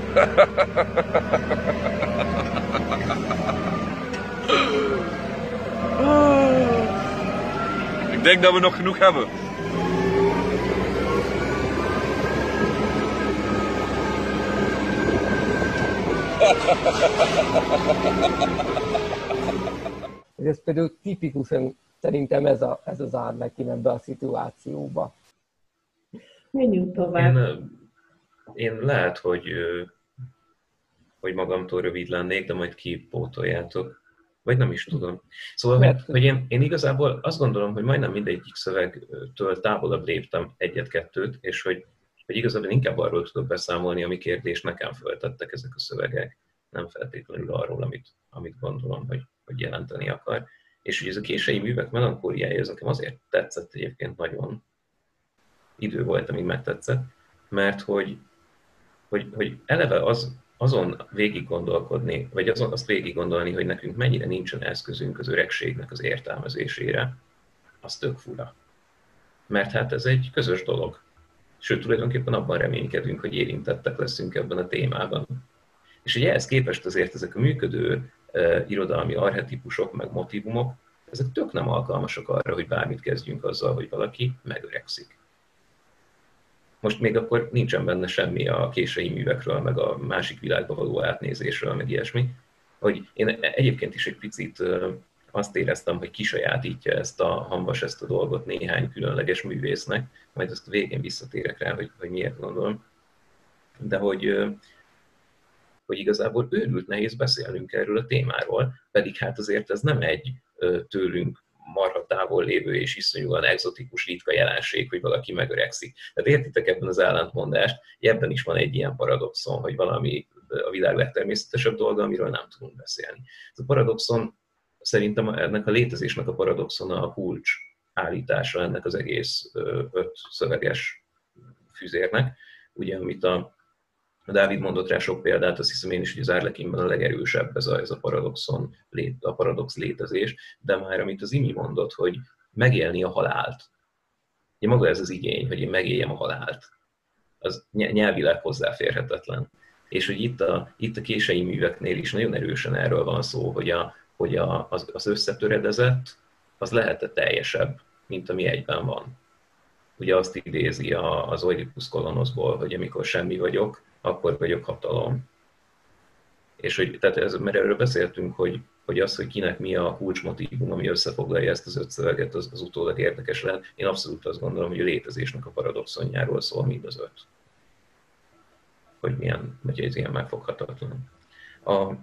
Ik denk dat we nog genoeg hebben. Ez például tipikusan szerintem ez, a, ez az Arlequin ebbe a szituációba. Menjünk tovább. Én, én lehet, hogy, hogy magamtól rövid lennék, de majd kipótoljátok. Vagy nem is tudom. Szóval, hogy, hogy én, én igazából azt gondolom, hogy majdnem mindegyik szövegtől távolabb léptem egyet-kettőt, és hogy, hogy igazából inkább arról tudok beszámolni, ami kérdést nekem föltettek ezek a szövegek, nem feltétlenül arról, amit, amit gondolom, hogy, hogy jelenteni akar. És hogy ez a késői művek melankóliája, ez nekem azért tetszett egyébként nagyon. Idő volt, amíg megtetszett, mert hogy, hogy, hogy eleve az, azon végig gondolkodni, vagy azon azt végig gondolni, hogy nekünk mennyire nincsen eszközünk az öregségnek az értelmezésére, az tök fura. Mert hát ez egy közös dolog. Sőt, tulajdonképpen abban reménykedünk, hogy érintettek leszünk ebben a témában. És ugye ehhez képest azért ezek a működő uh, irodalmi archetípusok, meg motívumok, ezek tök nem alkalmasak arra, hogy bármit kezdjünk azzal, hogy valaki megöregszik. Most még akkor nincsen benne semmi a késői művekről, meg a másik világba való átnézésről, meg ilyesmi. Hogy én egyébként is egy picit uh, azt éreztem, hogy kisajátítja ezt a Hamvas ezt a dolgot néhány különleges művésznek, majd azt a végén visszatérek rá, hogy, hogy miért gondolom. De hogy uh, hogy igazából őrült nehéz beszélnünk erről a témáról, pedig hát azért ez nem egy tőlünk marha távol lévő és iszonyúan egzotikus ritka jelenség, hogy valaki megöregszik. Tehát értitek ebben az ellentmondást, ebben is van egy ilyen paradoxon, hogy valami a világ legtermészetesebb dolga, amiről nem tudunk beszélni. Ez a paradoxon, szerintem ennek a létezésnek a paradoxona a kulcs állítása ennek az egész öt szöveges füzérnek, ugye amit a A Dávid mondott rá sok példát, azt hiszem én is, hogy az Arlequinben a legerősebb ez a, ez a paradoxon, a paradox létezés, de már amit az Imi mondott, hogy megélni a halált. Ugye maga ez az igény, hogy én megéljem a halált, az nyelvileg hozzáférhetetlen. És hogy itt a, itt a késői műveknél is nagyon erősen erről van szó, hogy, a, hogy a, az, az összetöredezett, az lehet-e teljesebb, mint ami egyben van. Ugye azt idézi az Oedipus Kolonoszból, hogy amikor semmi vagyok, akkor vagyok hatalom. És hogy, tehát ez, mert erről beszéltünk, hogy, hogy az, hogy kinek mi a kulcsmotívum, ami összefoglalja ezt az öt szöveget, az, az utólag érdekes lehet. Én abszolút azt gondolom, hogy a létezésnek a paradoxonjáról szól mind az öt. Hogy milyen, vagy ez ilyen megfoghatatlan. A,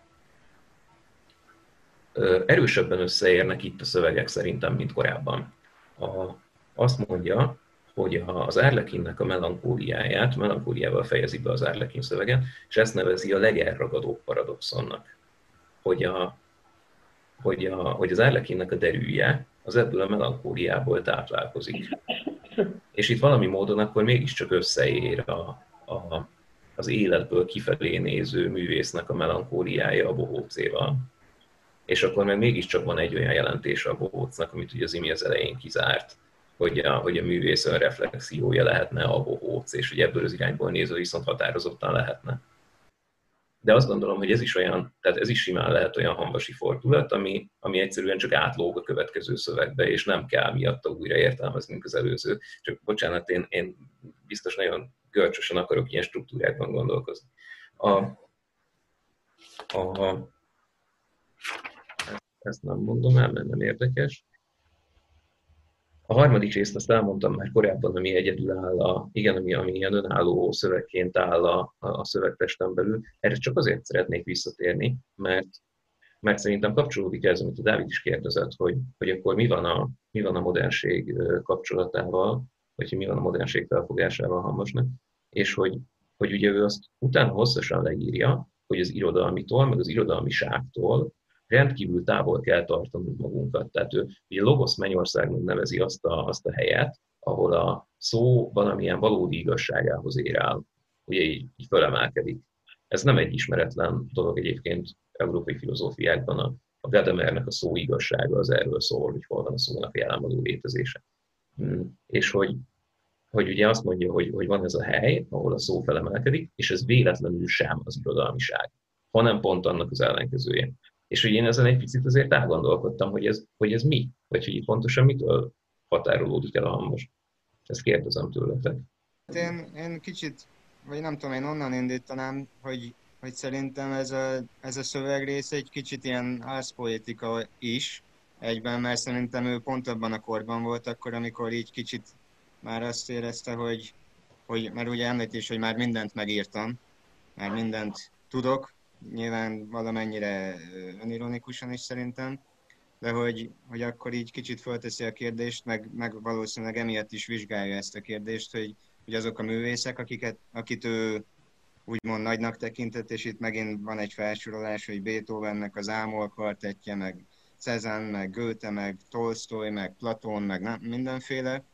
ö, erősebben összeérnek itt a szövegek szerintem, mint korábban. A, azt mondja, hogy az Arlequinnek a melankóliáját, melankóliával fejezi be az Arlequin szövegen, és ezt nevezi a legelragadóbb paradoxonnak. Hogy, a, hogy, a, hogy az Arlequinnek a derűje az ebből a melankóliából táplálkozik. És itt valami módon akkor mégiscsak összeér a, a, az életből kifelé néző művésznek a melankóliája a bohócéval. És akkor meg mégiscsak van egy olyan jelentése a bohócnak, amit ugye az Imi az elején kizárt, hogy a, hogy a művész önreflexiója lehetne a bohóc, és hogy ebből az irányból nézve viszont határozottan lehetne. De azt gondolom, hogy ez is olyan, tehát ez is simán lehet olyan hamvasi fordulat, ami, ami egyszerűen csak átlóg a következő szövegbe, és nem kell miatta újra értelmeznünk az előzőt. Csak bocsánat, én, én biztos nagyon görcsösen akarok ilyen struktúrákban gondolkozni. A, a, ezt nem mondom el, mert nem érdekes. A harmadik részt azt elmondtam már korábban, ami egyedül áll, a, igen, ami, ami ilyen önálló szövegként áll a, a szövegtesten belül. Erre csak azért szeretnék visszatérni, mert mert szerintem kapcsolódik ez, amit a Dávid is kérdezett, hogy, hogy akkor mi van, a, mi van a modernség kapcsolatával, vagy hogy mi van a modernség felfogásával Hamvasnak, és hogy, hogy ugye ő azt utána hosszasan leírja, hogy az irodalmitól, meg az irodalmiságtól rendkívül távol kell tartanunk magunkat. Tehát ő ugye Logos Mennyországnak nevezi azt a, azt a helyet, ahol a szó valamilyen valódi igazságához ér el, ugye így, így fölemelkedik. Ez nem egy ismeretlen dolog egyébként európai filozófiákban, a, a Gadamernek a szó igazsága az erről szól, hogy hol van a szónak jelen való létezése. Hmm. És hogy, hogy ugye azt mondja, hogy, hogy van ez a hely, ahol a szó felemelkedik, és ez véletlenül sem az irodalmiság, hanem pont annak az ellenkezője. És hogy én ezen egy picit azért elgondolkodtam, hogy ez, hogy ez mi, vagy hogy pontosan mitől határolódik el a Hamvas. Ezt kérdezem tőletek. Én, én kicsit, vagy nem tudom, én onnan indítanám, hogy, hogy szerintem ez a, ez a szövegrész egy kicsit ilyen arszpoetika is egyben, mert szerintem ő pont abban a korban volt akkor, amikor így kicsit már azt érezte, hogy, hogy mert ugye említés, hogy már mindent megírtam, már mindent tudok, nyilván valamennyire önironikusan is szerintem, de hogy, hogy akkor így kicsit fölteszi a kérdést, meg, meg valószínűleg emiatt is vizsgálja ezt a kérdést, hogy, hogy azok a művészek, akiket, akit ő úgymond nagynak tekintett, és itt megint van egy felsorolás, hogy Beethovennek az Ámol kvartettje, meg Cézanne, meg Goethe, meg Tolstoy, meg Platón, meg nem, mindenféle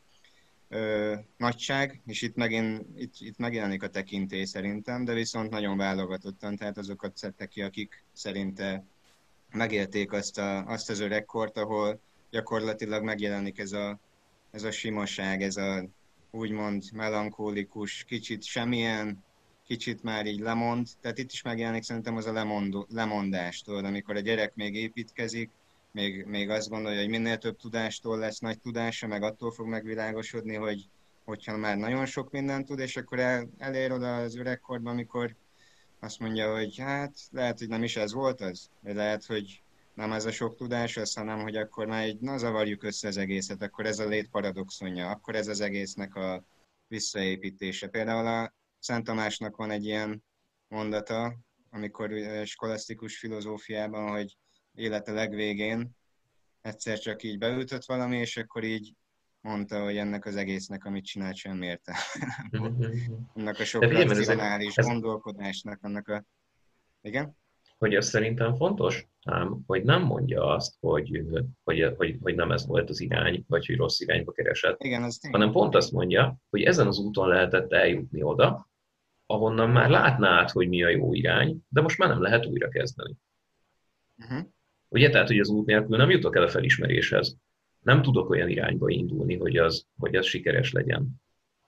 ö, nagyság, és itt, megint, itt, itt megjelenik a tekintély szerintem, de viszont nagyon válogatottan, tehát azokat szedte ki, akik szerinte megélték azt, a, azt az öregkort, ahol gyakorlatilag megjelenik ez a, ez a simaság, ez a úgymond melankólikus, kicsit semmilyen, kicsit már így lemond, tehát itt is megjelenik szerintem az a lemond, lemondás, tudod, amikor a gyerek még építkezik, még, még azt gondolja, hogy minél több tudástól lesz nagy tudása, meg attól fog megvilágosodni, hogy hogyha már nagyon sok mindent tud, és akkor el, elér oda az öregkorban, amikor azt mondja, hogy hát lehet, hogy nem is ez volt az, vagy lehet, hogy nem ez a sok tudás az, hanem hogy akkor már egy, na zavarjuk össze az egészet, akkor ez a lét paradoxonja, akkor ez az egésznek a visszaépítése. Például a Szent Tamásnak van egy ilyen mondata, amikor skolasztikus filozófiában, hogy élete legvégén egyszer csak így beültött valami, és akkor így mondta, hogy ennek az egésznek, amit csinált, semmi értelme. Annak a sok racionális gondolkodásnak, annak a... Igen? Hogy az szerintem fontos, ám, hogy nem mondja azt, hogy, hogy, hogy, hogy nem ez volt az irány, vagy hogy rossz irányba keresett, igen, az hanem pont azt mondja, hogy ezen az úton lehetett eljutni oda, ahonnan már látná át, hogy mi a jó irány, de most már nem lehet újra kezdeni. Uh-huh. Ugye, tehát, hogy az út nélkül nem jutok el a felismeréshez. Nem tudok olyan irányba indulni, hogy az, hogy az sikeres legyen.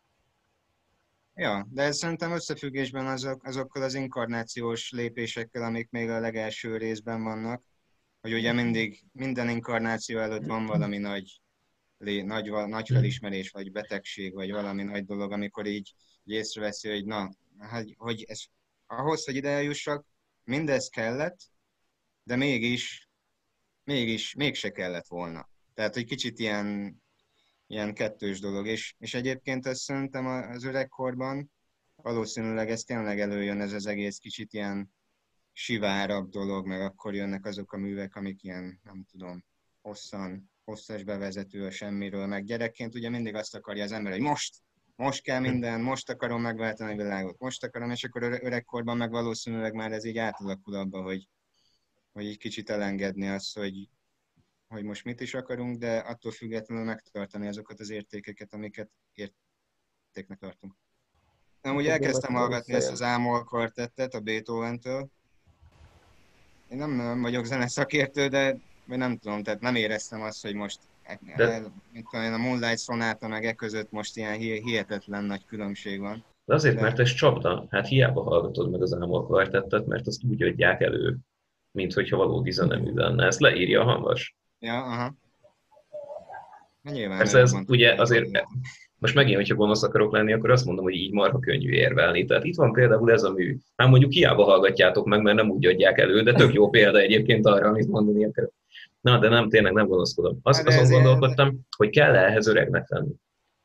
Ja, de ez szerintem összefüggésben azok, azokkal az inkarnációs lépésekkel, amik még a legelső részben vannak, hogy ugye mindig, minden inkarnáció előtt van valami nagy, lé, nagy, nagy felismerés, vagy betegség, vagy valami nagy dolog, amikor így, így észreveszi, hogy na, hogy, hogy ez, ahhoz, hogy ide eljussak, mindez kellett, de mégis, mégis, mégse kellett volna. Tehát, hogy kicsit ilyen, ilyen kettős dolog. És, és egyébként azt szerintem az öregkorban valószínűleg ez tényleg előjön, ez az egész kicsit ilyen sivárabb dolog, meg akkor jönnek azok a művek, amik ilyen, nem tudom, hosszan, hosszas bevezető a semmiről, meg gyerekként ugye mindig azt akarja az ember, hogy most, most kell minden, most akarom megváltani a világot, most akarom, és akkor öregkorban meg valószínűleg már ez így átalakul abba, hogy, hogy egy kicsit elengedni azt, hogy hogy most mit is akarunk, de attól függetlenül megtartani azokat az értékeket, amiket értéknek tartunk. Nem, ugye elkezdtem hallgatni ezt az Ámol kvartettet a Beethoventől. Én nem, nem vagyok zeneszakértő, de vagy nem tudom, tehát nem éreztem azt, hogy most de... mit tudom én, a Moonlight Sonata meg e között most ilyen hihetetlen nagy különbség van. De azért, de... mert ez csapda. Hát hiába hallgatod meg az Ámol kvartettet, mert azt úgy adják elő, mint hogyha valódi zenemű lenne. Ezt leírja a Hamvas. Ja, aha. Persze ez ugye azért, most megint, hogyha gonosz akarok lenni, akkor azt mondom, hogy így marha könnyű érvelni. Tehát itt van például ez a mű. Hát mondjuk hiába hallgatjátok meg, mert nem úgy adják elő, de tök jó példa egyébként arra, amit mondani akarok. Na, de nem, tényleg nem gonoszkodom. Azt, azon gondolkodtam, ilyen... hogy kell ehhez öregnek lenni.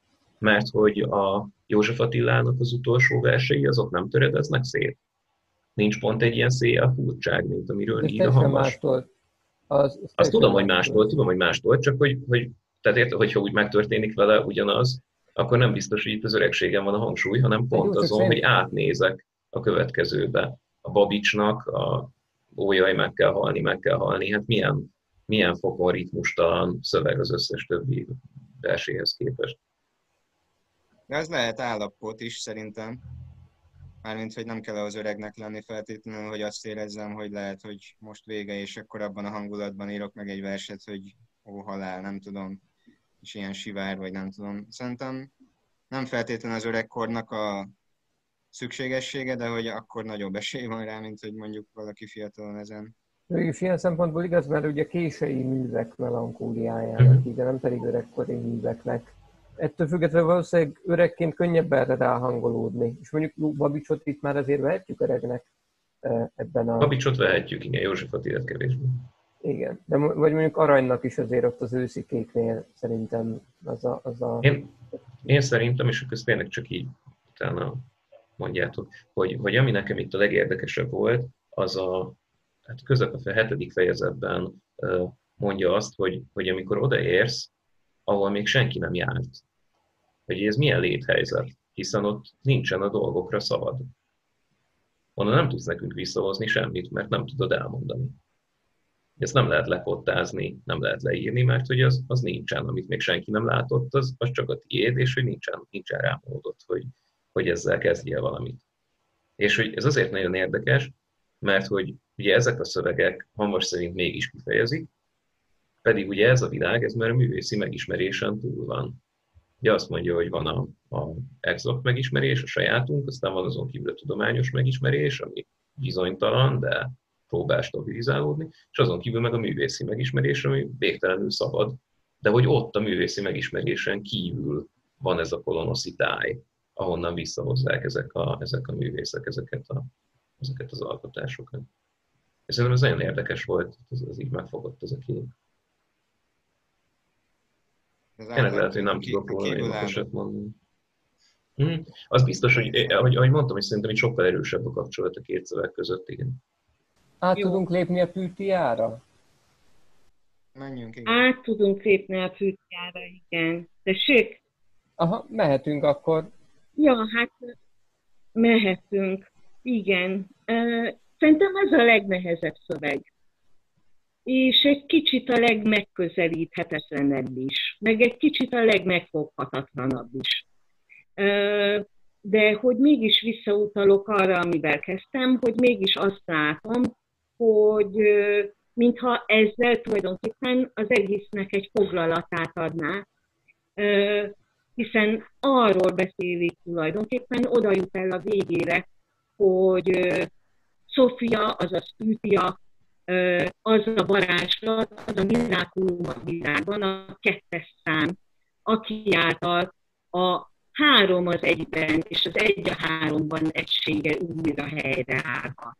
Mert hogy a József Attilának az utolsó versei, azok nem töredeznek szét. Nincs pont egy ilyen széjjel furcság, mint amiről Ez ír a teljesen Hamvas. mástól. Az, az Azt tudom, hogy mástól. mástól, tudom, hogy mástól, csak hogy, hogy tehát érted, hogyha úgy megtörténik vele ugyanaz, akkor nem biztos, hogy itt az öregségen van a hangsúly, hanem pont Jó, azon, szerint... hogy átnézek a következőbe. A Babicsnak, a ójaj, meg kell halni, meg kell halni, hát milyen, milyen fokon ritmustalan szöveg az összes többi verséhez képest. De ez lehet állapot is szerintem. Mármint, hogy nem kell az öregnek lenni feltétlenül, hogy azt érezzem, hogy lehet, hogy most vége, és akkor abban a hangulatban írok meg egy verset, hogy ó, halál, nem tudom, és ilyen sivár, vagy nem tudom. Szerintem nem feltétlenül az öregkornak a szükségessége, de hogy akkor nagyobb esély van rá, mint hogy mondjuk valaki fiatalon ezen. És ilyen szempontból igaz, mert ugye késői művek melankóliájának, Mhm. így, de nem pedig öregkori műveknek. Ettől függetlenül valószínűleg öregként könnyebb erre ráhangolódni. És mondjuk Babicsot itt már azért vehetjük öregnek eh, ebben a... Babicsot vehetjük, igen, József Attilát kevésbé. Igen, de mo- vagy mondjuk Aranynak is azért ott az őszi kéknél szerintem az a... Az a... Én, én szerintem, és akkor ezt tényleg csak így utána mondjátok, hogy, hogy ami nekem itt a legérdekesebb volt, az a hát közep a hetedik fejezetben uh, mondja azt, hogy, hogy amikor odaérsz, ahol még senki nem járt, hogy ez milyen léthelyzet, hiszen ott nincsen a dolgokra szabad. Onnan nem tudsz nekünk visszahozni semmit, mert nem tudod elmondani. Ezt nem lehet lekottázni, nem lehet leírni, mert hogy az, az nincsen, amit még senki nem látott, az, az csak a tiéd, és hogy nincsen, nincsen rá módot, hogy, hogy ezzel kezdjél valamit. És hogy ez azért nagyon érdekes, mert hogy ugye ezek a szövegek Hamvas szerint mégis kifejezik, pedig ugye ez a világ, ez már a művészi megismerésen túl van. Ugye azt mondja, hogy van a, a exakt megismerés, a sajátunk, aztán van azon kívül a tudományos megismerés, ami bizonytalan, de próbál stabilizálódni, és azon kívül meg a művészi megismerés, ami végtelenül szabad, de hogy ott a művészi megismerésen kívül van ez a kolonoszitály, ahonnan visszahozzák ezek a, ezek a művészek ezeket, a, ezeket az alkotásokat. És szerintem ez nagyon érdekes volt, ez, ez így megfogott ez a kép. Tényleg lehet, hogy nem tudok róla nagyon okosat mondani. Hmm. Az biztos, hogy ahogy, ahogy mondtam, hogy szerintem itt sokkal erősebb a kapcsolat a két szöveg között, igen. Át Jó. tudunk lépni a Pütiára? Menjünk, igen. Át tudunk lépni a Pütiára, igen. Tessék? Aha, mehetünk akkor. Ja, hát mehetünk. Igen. Szerintem ez a legnehezebb szöveg. És egy kicsit a legmegközelíthetetlenebb is. Meg egy kicsit a legmegfoghatatlanabb is. De hogy mégis visszautalok arra, amivel kezdtem, hogy mégis azt látom, hogy mintha ezzel tulajdonképpen az egésznek egy foglalatát adná, hiszen arról beszélik tulajdonképpen, oda jut el a végére, hogy Sofia, azaz Pütia, az a varázslat, az a mirákulum a világban, a kettes szám, aki által a három az egyben, és az egy a háromban egysége újra helyreállhat.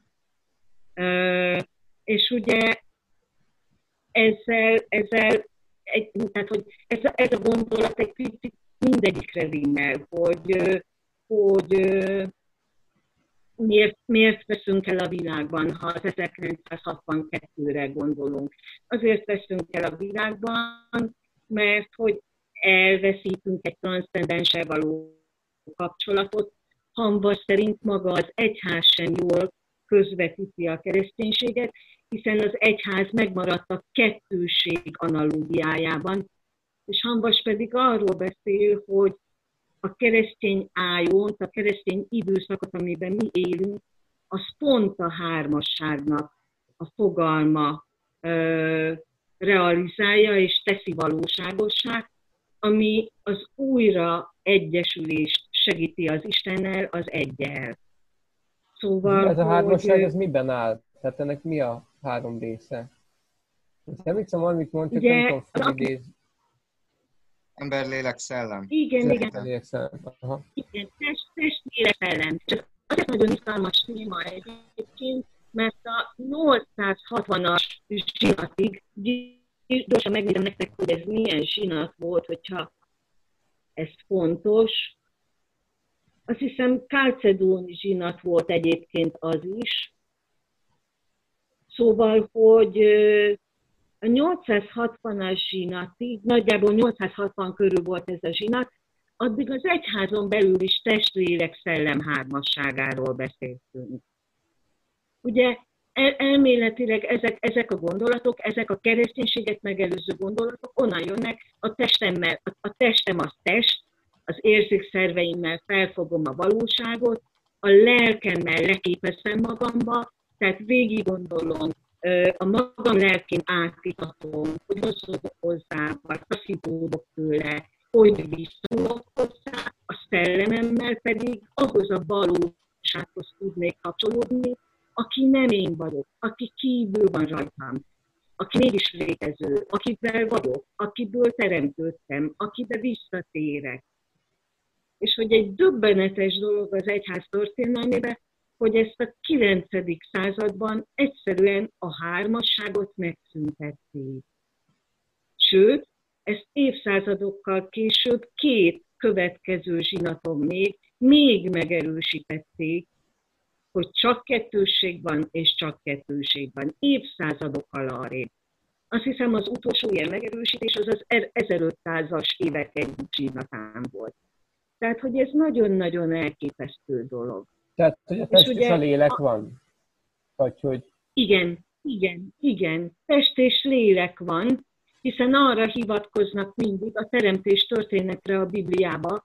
És ugye ezzel, ezzel egy, tehát, hogy ez, a, ez a gondolat egy picit mindegyikre rímel, hogy, hogy miért, miért veszünk el a világban, ha az ezerkilencszázhatvankettőre gondolunk. Azért veszünk el a világban, mert hogy elveszítünk egy transzcendenssel való kapcsolatot. Hamvas szerint maga az egyház sem jól közvetíti a kereszténységet, hiszen az egyház megmaradt a kettőség analógiájában, és Hamvas pedig arról beszél, hogy a keresztény ájont, a keresztény időszakot, amiben mi élünk, az pont a hármasságnak a fogalma ö, realizálja és teszi valóságossá, ami az újra egyesülést segíti az Istennel, az egyel. Szóval, ez a hármasság, hogy, ez miben áll? Tehát ennek mi a három része? Nem hiszem, valamit mond, csak ugye, nem tudom felidézni. Ember, lélek, szellem. Igen, igen. Aha. Igen, test, test, lélek, szellem. Csak azért nagyon izgalmas téma egyébként, mert a nyolcszázhatvanas zsinatig, gyorsan megnézem nektek, hogy ez milyen zsinat volt, hogyha ez fontos. Azt hiszem kálcedóni zsinat volt egyébként az is. Szóval, hogy a nyolcszázhatvanas zsinatig, nagyjából nyolcszázhatvan körül volt ez a zsinat, addig az egyházon belül is testlélek szellem hármasságáról beszéltünk. Ugye el, elméletileg ezek, ezek a gondolatok, ezek a kereszténységet megelőző gondolatok onnan jönnek, a testemmel, a, a testem az test, az érzékszerveimmel felfogom a valóságot, a lelkemmel leképezem magamba, tehát végig gondolom, a magam lelkén átitatom, hogy mozogok hozzá, vagy taszítódok tőle, hogy viszonyulok hozzá, a szellememmel pedig ahhoz a valósághoz tudnék kapcsolódni, aki nem én vagyok, aki kívül van rajtam, aki mégis létező, akivel vagyok, akiből teremtődtem, akibe visszatérek. És hogy egy döbbenetes dolog az egyház történelmében, hogy ezt a kilencedik században egyszerűen a hármasságot megszüntették. Sőt, ezt évszázadokkal később két következő zsinaton még, még megerősítették, hogy csak kettősség van, és csak kettőség van. Évszázadokkal arrébb. Azt hiszem, az utolsó ilyen megerősítés az az ezerötszázas évek egy zsinatán volt. Tehát, hogy ez nagyon-nagyon elképesztő dolog. Tehát, hogy a test és, és a lélek a... van? Vagy hogy... Igen, igen, igen. Test és lélek van, hiszen arra hivatkoznak mindig a teremtés történetre a Bibliába,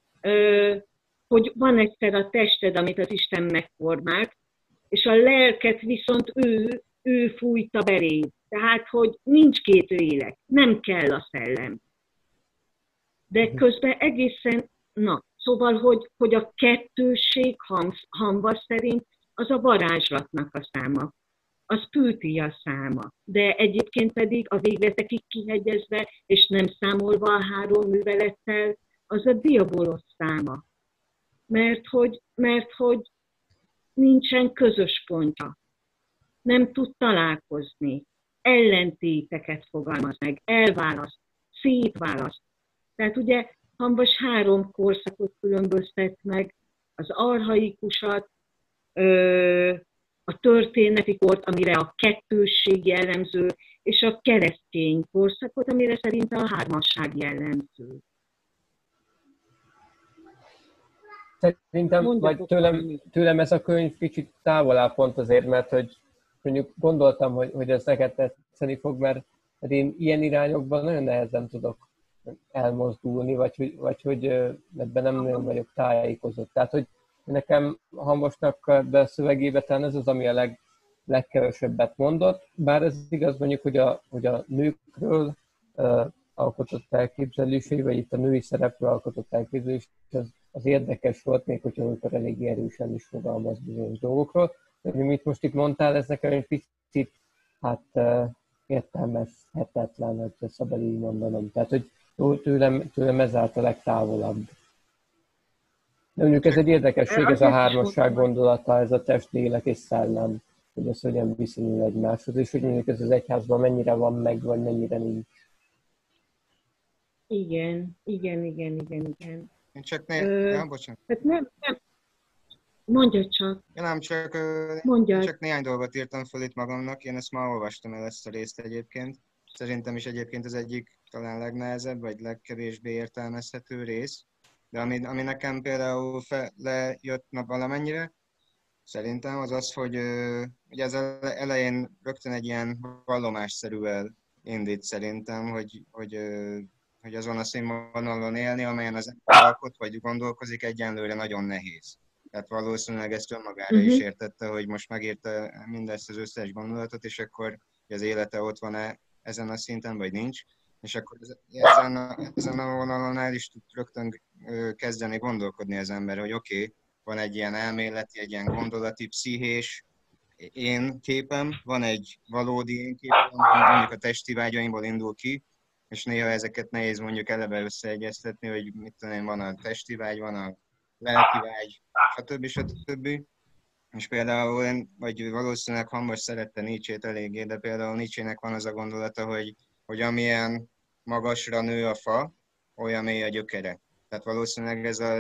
hogy van egyszer a tested, amit az Isten megformált, és a lelket viszont ő, ő fújta beléd. Tehát, hogy nincs két lélek, nem kell a szellem. De közben egészen, na, szóval, hogy, hogy a kettősség Hamvas szerint az a varázslatnak a száma, az Pültia száma, de egyébként pedig a végletekig kihegyezve, és nem számolva a három művelettel, az a diabolos száma. Mert hogy, mert hogy nincsen közös pontja. Nem tud találkozni. Ellentéteket fogalmaz meg, elválaszt, szétválaszt. Tehát ugye Hamvas három korszakot különböztet meg, az archaikusat, a történeti kort, amire a kettősség jellemző, és a keresztény korszakot, amire szerinte a hármasság jellemző. Szerintem, vagy tőlem, tőlem ez a könyv kicsit távol áll pont azért, mert hogy mondjuk gondoltam, hogy, hogy ez neked tetszeni fog, mert, mert én ilyen irányokban nagyon nehezen tudok elmozdulni, vagy, vagy, vagy hogy ebben nem nagyon vagyok tájékozott. Tehát, hogy nekem Hamvasnak a szövegébe talán ez az, ami a leg, legkevesebbet mondott, bár ez igaz mondjuk, hogy a, hogy a nőkről uh, alkotott elképzelései, vagy itt a női szerepről alkotott elképzelés, az, az érdekes volt, még hogyha amikor elég erősen is fogalmaz bizonyos dolgokról. De mit most itt mondtál, ez nekem egy picit hát, uh, értelmezhetetlen, hogy szabad így mondanom. Tehát, hogy tőlem, tőlem ezáltal a legtávolabb. De mondjuk ez egy érdekesség, ez a hármasság gondolata, ez a test, lélek és szellem, hogy ez hogyan viszonyul egymáshoz, és hogy mondjuk ez az egyházban mennyire van meg, vagy mennyire nincs. Igen, igen, igen, igen, igen. Én csak ne... Ö, ja, bocsánat. Hát nem, nem. Mondja csak. Ja, nem, csak, Mondjad. csak néhány dolgot írtam föl itt magamnak, én ezt már olvastam el ezt a részt egyébként. Szerintem is egyébként az egyik talán legnehezebb, vagy legkevésbé értelmezhető rész. De ami, ami nekem például fe, lejött valamennyire, szerintem az az, hogy ugye az elején rögtön egy ilyen vallomásszerűvel indít szerintem, hogy, hogy, hogy azon a színvonalon élni, amelyen az ember alkot vagy gondolkozik, egyenlőre nagyon nehéz. Tehát valószínűleg ezt önmagára uh-huh. is értette, hogy most megírta mindezt az összes gondolatot, és akkor az élete ott van-e ezen a szinten, vagy nincs. És akkor ezen a, ezen a vonalon el is tud rögtön kezdeni gondolkodni az ember, hogy oké, okay, van egy ilyen elméleti, egy ilyen gondolati, pszichés én képem, van egy valódi én képem, mondjuk a testi vágyaimból indul ki, és néha ezeket nehéz mondjuk eleve összeegyeztetni, hogy mit tudom én, van a testi vágy, van a lelki vágy, stb. stb. És például én, vagy valószínűleg Hamvas szerette Nietzsét eléggé, de például Nietzsének van az a gondolata, hogy, hogy amilyen magasra nő a fa, olyan mély a gyökere. Tehát valószínűleg ez a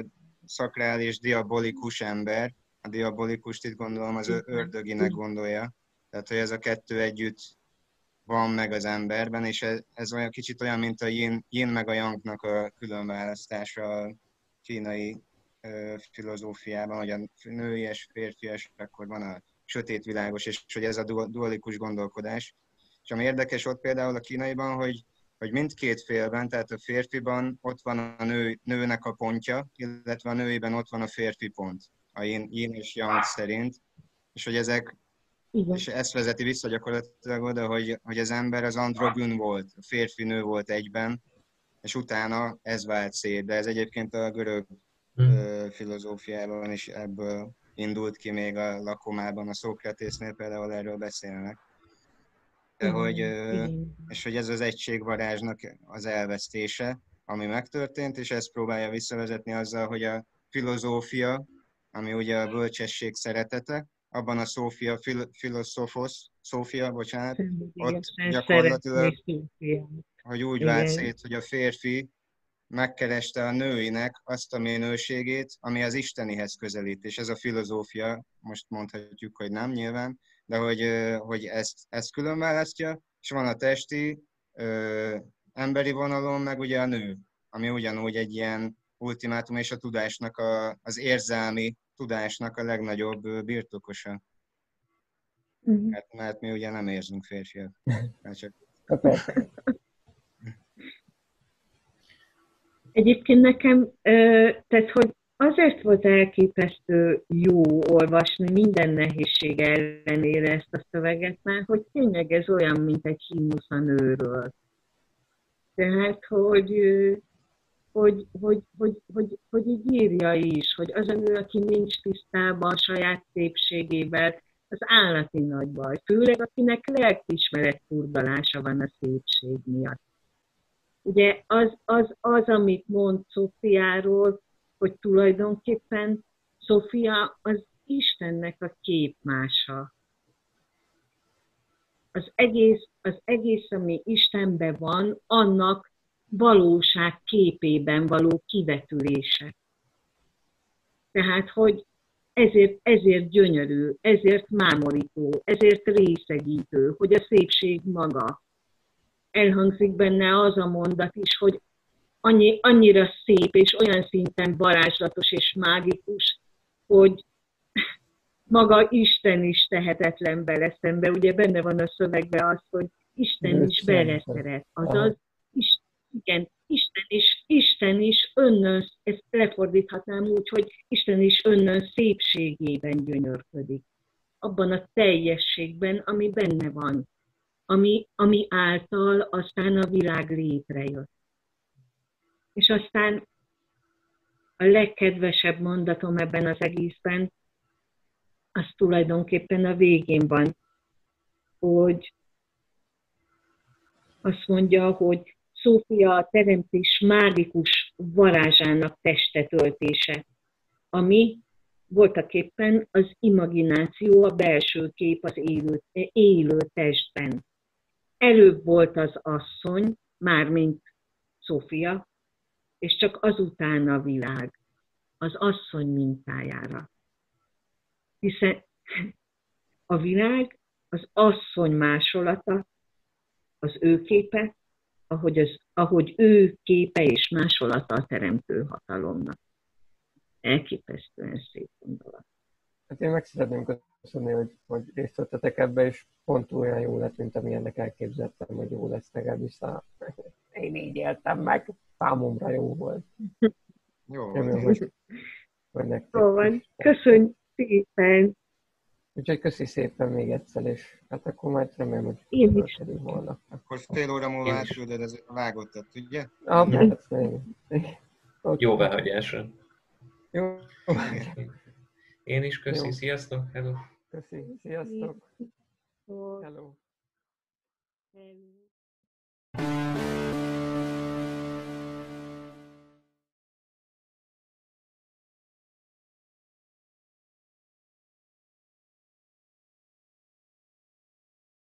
szakrális, diabolikus ember. A diabolikust itt gondolom az ördöginek gondolja. Tehát, hogy ez a kettő együtt van meg az emberben, és ez, ez olyan kicsit olyan, mint a yin, yin meg a yangnak a különválasztása a kínai ö, filozófiában, hogy a nőies, férfias, akkor van a sötét világos, és hogy ez a dualikus gondolkodás. És ami érdekes ott például a kínaiban, hogy, hogy mindkét félben, tehát a férfiban ott van a nő, nőnek a pontja, illetve a nőiben ott van a férfi pont, a yin, yin és yang szerint, és hogy ezek igen. És ezt vezeti vissza gyakorlatilag oda, hogy, hogy az ember az androgyn volt, a férfi-nő volt egyben, és utána ez vált szét. De ez egyébként a görög hmm. filozófiában is ebből indult ki, még a lakomában, a Szókratésznél például erről beszélnek. De hogy, és hogy ez az egységvarázsnak az elvesztése, ami megtörtént, és ezt próbálja visszavezetni azzal, hogy a filozófia, ami ugye a bölcsesség szeretete, abban a Szófia, fil, filosofos, Szófia, bocsánat, ott gyakorlatilag, hogy úgy vált szét, hogy a férfi megkereste a nőinek azt a minőségét, ami az istenihez közelít, és ez a filozófia, most mondhatjuk, hogy nem nyilván, de hogy, hogy ezt, ezt külön választja, és van a testi, ö, emberi vonalon, meg ugye a nő, ami ugyanúgy egy ilyen ultimátum, és a tudásnak, a, az érzelmi tudásnak a legnagyobb birtokosa. Uh-huh. Hát, mert mi ugye nem érzünk férfiak. Csak... Egyébként nekem, tehát, hogy azért volt elképesztő jó olvasni minden nehézség ellenére ezt a szöveget, mert hogy tényleg ez olyan, mint egy himnusz a nőről. Tehát, hogy Hogy, hogy, hogy, hogy, hogy így írja is, hogy az a nő, aki nincs tisztában a saját szépségével, az állati nagy baj. Főleg, akinek lelkiismeret furdalása van a szépség miatt. Ugye az, az, az amit mond Szófiáról, hogy tulajdonképpen Szófia az Istennek a képmása. Az egész, az egész, ami Istenben van, annak valóság képében való kivetülése. Tehát, hogy ezért, ezért gyönyörű, ezért mámorító, ezért részegítő, hogy a szépség maga. Elhangzik benne az a mondat is, hogy annyi, annyira szép és olyan szinten varázslatos és mágikus, hogy maga Isten is tehetetlen vele szembe. Ugye benne van a szövegben az, hogy Isten is beleszeret. Azaz, igen, Isten is, Isten is önnön, ezt lefordíthatnám úgy, hogy Isten is önnön szépségében gyönyörködik. Abban a teljességben, ami benne van, ami, ami által aztán a világ létrejött. És aztán a legkedvesebb mondatom ebben az egészben, az tulajdonképpen a végén van, hogy azt mondja, hogy Szófia a teremtés mágikus varázsának testetöltése, ami voltaképpen az imagináció, a belső kép az élő, élő testben. Előbb volt az asszony, mármint Szófia, és csak azután a világ, az asszony mintájára. Hiszen a világ az asszony másolata, az ő képe, ahogy, az, ahogy ő képe és másolata a teremtő hatalomnak. Elképesztően szép gondolat. Hát én meg szeretném köszönni, hogy, hogy részt vettetek ebbe, és pont olyan jó lett, mint amilyennek elképzeltem, hogy jó lesz legalábbis. Én így éltem meg, számomra jó volt. Jó Remélem, hogy, hogy nektek jó van. Köszönjük szépen! Úgyhogy köszi szépen még egyszer, és hát akkor majd remélem, hogy én is volna. Akkor fél óra múlva átküldöd az vágottat, ugye? Ah, hát, jó behagyásra. Jó. Én is köszi, Jó. Sziasztok! Hello! Köszi, sziasztok! Hello! Hello.